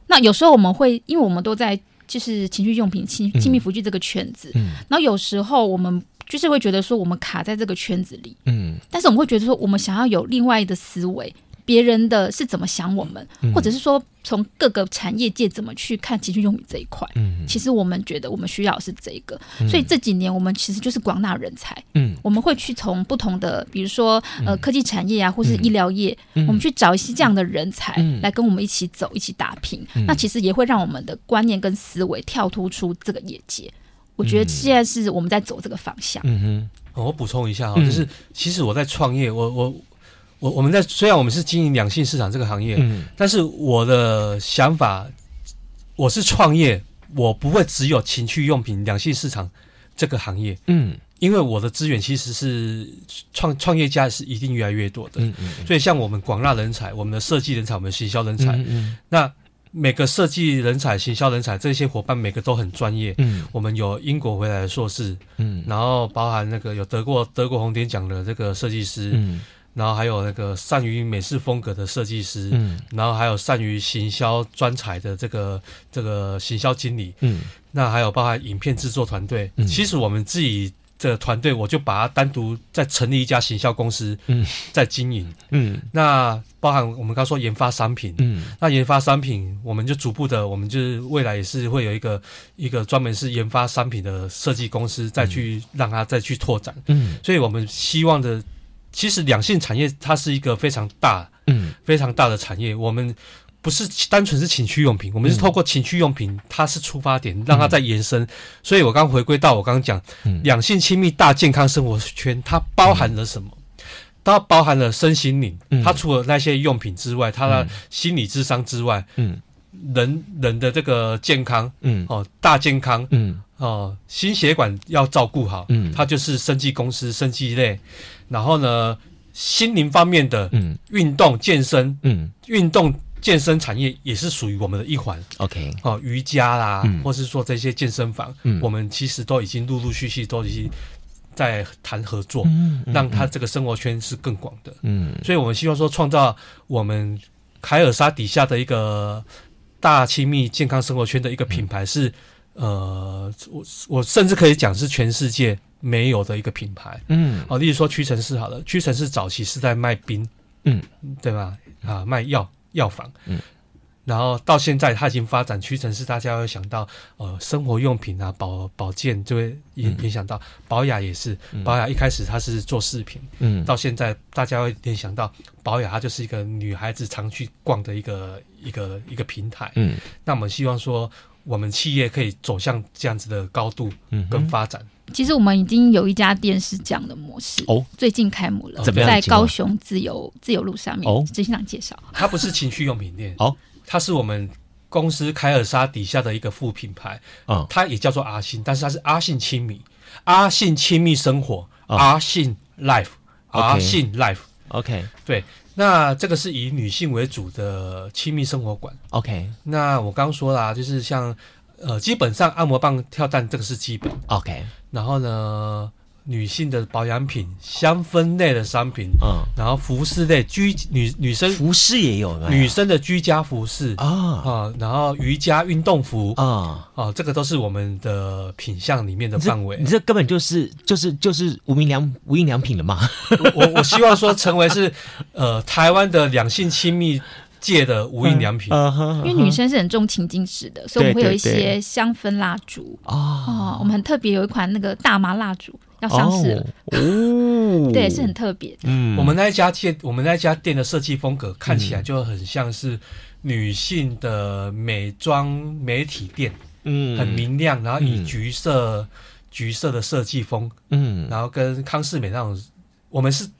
那有时候我们会，因为我们都在就是情趣用品、亲密辅具这个圈子，然后有时候我们就是会觉得说我们卡在这个圈子里，但是我们会觉得说我们想要有另外的思维。别人的是怎么想我们，或者是说从各个产业界怎么去看情趣用品这一块，其实我们觉得我们需要的是这个，所以这几年我们其实就是广纳人才，我们会去从不同的，比如说科技产业啊，或是医疗业，我们去找一些这样的人才来跟我们一起走，一起打拼，那其实也会让我们的观念跟思维跳脱出这个业界。我觉得现在是我们在走这个方向。 我补充一下就是其实我在创业，我们虽然我们是经营两性市场这个行业，但是我的想法，我是创业，我不会只有情趣用品两性市场这个行业，因为我的资源其实是创业家是一定越来越多的，所以像我们广纳人才，我们的设计人才，我们的行销人才，那每个设计人才、行销人才这些伙伴，每个都很专业。我们有英国回来的硕士，然后包含那个有得过德国红点奖的这个设计师，然后还有那个善于美式风格的设计师，然后还有善于行销专才的这个行销经理，那还有包含影片制作团队。其实我们自己这个团队，我就把它单独再成立一家行销公司，在经营。那包含我们刚说研发商品，那研发商品，我们就逐步的，我们就是未来也是会有一个专门是研发商品的设计公司，再去让它再去拓展。所以我们希望的。其实两性产业它是一个非常大的产业，我们不是单纯是情趣用品，我们是透过情趣用品，它是出发点，让它再延伸。所以我刚回归到我刚刚讲，两性亲密大健康生活圈，它包含了什么？它包含了身心灵，它除了那些用品之外，它的心理智商之外，人的这个健康，大健康，心血管要照顾好，它就是生技公司、生技类。然后呢，心灵方面的运动健身，运动健身产业也是属于我们的一环。 OK， 瑜伽啦，或是说这些健身房，我们其实都已经陆陆续续都已经在谈合作，让它这个生活圈是更广的。所以我们希望说创造我们凯尔莎底下的一个大亲密健康生活圈的一个品牌是，我甚至可以讲是全世界没有的一个品牌。例如说屈臣氏好了，屈臣氏早期是在卖冰，对吧？卖药房，然后到现在它已经发展屈臣氏，大家会想到生活用品啊，保健就会联想到宝雅也是，宝雅一开始它是做饰品，到现在大家会联想到宝雅，它就是一个女孩子常去逛的一个平台。那我们希望说，我们企业可以走向这样子的高度跟发展。 其实我们已经有一家店是这样的模式，最近开幕了，在高雄自由路上面，执行长介绍。 它不是情趣用品店，它是我们公司凯尔莎底下的一个副品牌，它也叫做阿信，但是它是阿信亲密生活，阿信 Life， 阿信 Life。OK， 对，那这个是以女性为主的亲密生活馆。OK， 那我刚刚说啦，就是像基本上按摩棒、跳蛋这个是基本。OK， 然后呢，女性的保养品、香氛类的商品，然后服饰类女生服饰也有， 女生的居家服饰然后瑜伽运动服这个都是我们的品项里面的范围。 你这根本就是无印良品了嘛？ 我希望说成为是台湾的两性亲密界的无印良品， 因为女生是很重情境式的，所以我们会有一些香氛蜡烛我们很特别，有一款那个大麻蜡烛要上市了对，是很特别的。 我们那一家店的设计风格看起来就很像是女性的美妆媒体店，很明亮，然后以橘色的设计风，然后跟康士美那种，我们是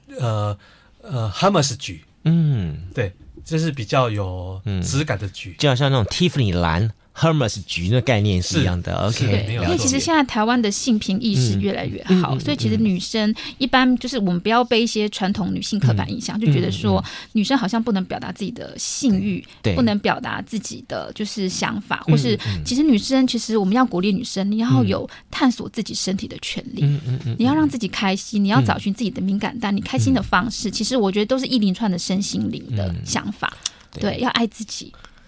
Hermes 橘，对。这是比较有质感的橘， 就好像那种 Tiffany 蓝、Hermes 橘的概念是一样的。OK， 因为其实现在台湾的性平意识越来越好，所以其实女生一般就是我们不要被一些传统女性刻板印象，就觉得说女生好像不能表达自己的性欲，不能表达自己的就是想法，或是其实女生其实我们要鼓励女生，你要有探索自己身体的权利，你要让自己开心，你要找寻自己的敏感带，你开心的方式，其实我觉得都是一连串的身心灵的想法。对，要爱自己。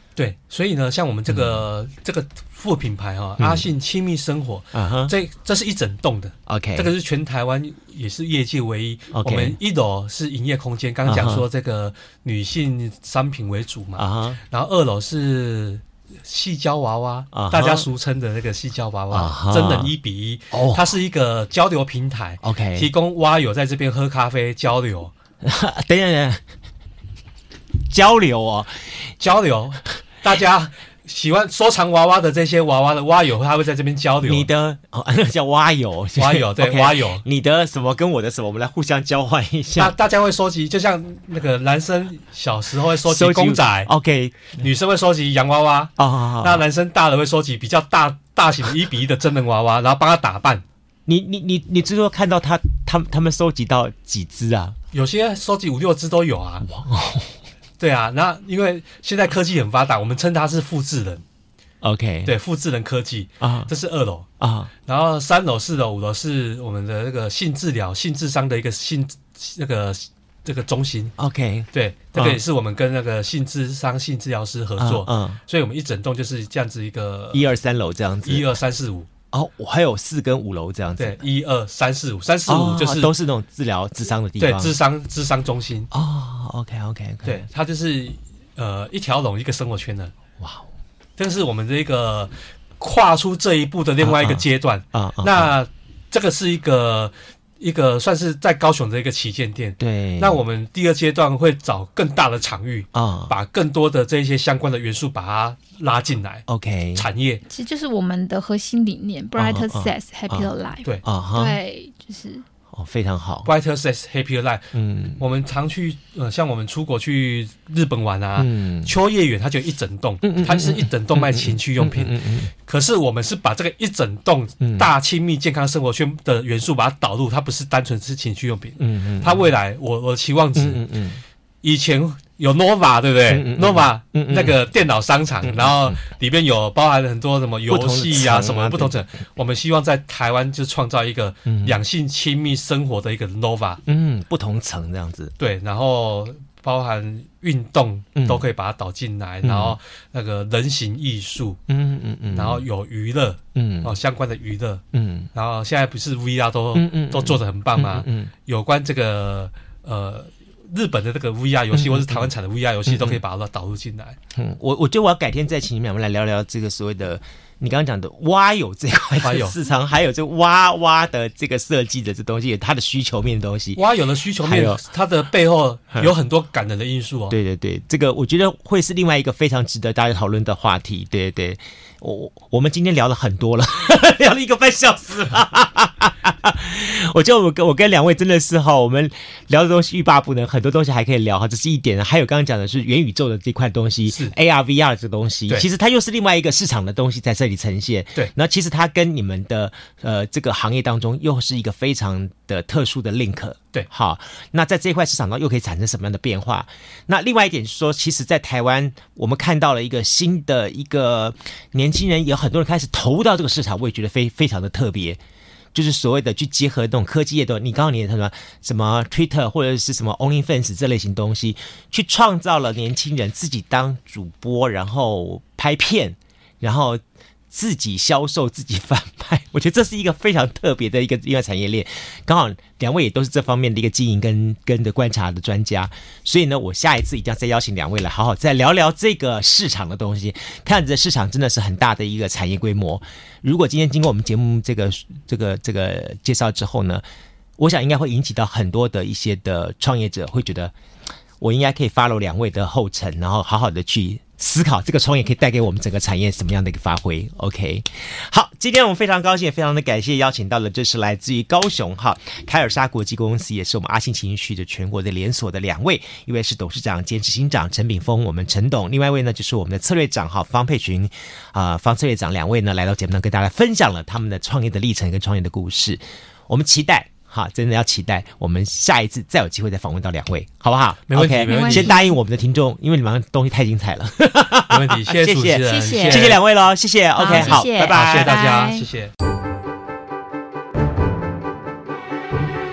对，所以呢，像我们这个副品牌阿信亲密生活，这是一整栋的 ，OK， 这个是全台湾也是业界唯一。我们一楼是营业空间，刚刚讲说这个女性商品为主嘛，然后2楼是矽胶娃娃，大家俗称的那个矽胶娃娃，真人1:1，它是一个交流平台 ，OK， 提供蛙友在这边喝咖啡交流。 等一下，交流， 大家喜欢收藏娃娃的这些娃娃的蛙友，他会在这边交流。 你的那叫蛙友， 对，蛙友。 你的什么跟我的什么，我们来互相交换一下。 大家会收集，就像那个男生小时候会收集公仔 ，OK， 女生会收集洋娃娃，那男生大了会收集比较大型的1:1的真人娃娃，然后帮他打扮。 你最多看到他们收集到几只啊？ 有些收集5-6只都有啊。对啊，那因为现在科技很发达，我们称它是复制人 ，OK， 对，复制人科技这是2楼然后3楼、4楼、5楼是我们的那个性治疗、性智商的一个这个中心 ，OK， 对，这个也是我们跟那个性智商、性治疗师合作，所以我们一整栋就是这样子一个 1、2、3楼这样子 ，1、2、3、4、5。 我还有4跟5楼这样子。 对，1、2、3、4、5，3、4、5就是都是那种治疗智商的地方。 对，智商中心。 OK， 对，它就是一条龙一个生活圈的。哇，这是我们这个跨出这一步的另外一个阶段。那这个是一个算是在高雄的一个旗舰店。 对， 那我们第2阶段会找更大的场域把更多的这些相关的元素把它拉进来。 OK， 产业其实就是我们的核心理念 ，Brighter Sex Happier Life。 对， 对，就是非常好 ，Brighter Sex Happier Life。我们常去像我们出国去日本玩啊，秋叶原它就一整栋，它是一整栋卖情趣用品。可是我们是把这个一整栋大亲密健康生活圈的元素把它导入，它不是单纯是情趣用品。它未来我的期望值，以前有 Nova 对不对？Nova 那个电脑商场，然后里面有包含很多什么游戏啊什么不同层。我们希望在台湾就创造一个两性亲密生活的一个 Nova， 不同层这样子。 对，然后包含运动都可以把它导进来，然后那个人形艺术，然后有娱乐，相关的娱乐，然后现在不是 VR 都做得很棒吗？有关这个日本的这个 VR 游戏，或是台湾产的 VR 游戏，都可以把它导入进来。 我觉得我要改天再请你们两位来聊聊这个所谓的你刚刚讲的蛙友这块的市场，还有这蛙蛙的这个设计的这东西，它的需求面的东西。 蛙友的需求面，它的背后有很多感人的因素哦。 对，这个我觉得会是另外一个非常值得大家讨论的话题。对，我们今天聊了很多了，聊了1个半小时了。我觉得我跟两位真的是我们聊的东西欲罢不能，很多东西还可以聊这是一点。还有刚刚讲的是元宇宙的这块东西，是 AR、VR 这个东西，其实它又是另外一个市场的东西在这里呈现。 对， 那其实它跟你们的这个行业当中又是一个非常的特殊的 link。 对， 好，那在这一块市场上又可以产生什么样的变化？那另外一点是说，其实在台湾我们看到了一个新的一个年轻人，有很多人开始投入到这个市场，我也觉得非常的特别。就是所谓的去结合那种科技业的，你刚刚你也说什么 Twitter 或者是什么 OnlyFans 这类型东西，去创造了年轻人自己当主播，然后拍片，然后自己销售、自己贩卖，我觉得这是一个非常特别的一个产业链。刚好两位也都是这方面的一个经营跟的观察的专家，所以呢，我下一次一定要再邀请两位来好好再聊聊这个市场的东西。看着市场真的是很大的一个产业规模。如果今天经过我们节目这个介绍之后呢，我想应该会引起到很多的一些的创业者会觉得，我应该可以 follow 两位的后尘，然后好好的去思考这个创业可以带给我们整个产业什么样的一个发挥。 OK， 好，今天我们非常高兴也非常的感谢邀请到了这是来自于高雄凯尔莎国际公司，也是我们阿信情绪的全国的连锁的两位，一位是董事长兼执行长陈炳峰，我们陈董，另外一位呢就是我们的策略长方佩群方策略长，两位呢来到节目上跟大家分享了他们的创业的历程跟创业的故事。我们期待真的要期待我们下一次再有机会再访问到两位，好不好？ 没问题， okay， 没问题。 先答应我们的听众，因为你们东西太精彩了。 没问题，谢谢主持人， 谢谢两位咯，谢谢。OK， 好，拜拜， 谢谢大家，谢谢。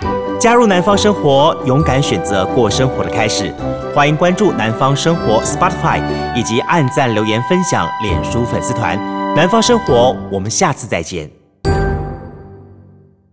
加入南方生活，勇敢选择过生活的开始。欢迎关注南方生活 Spotify， 以及按赞、留言、分享脸书粉丝团。南方生活，我们下次再见。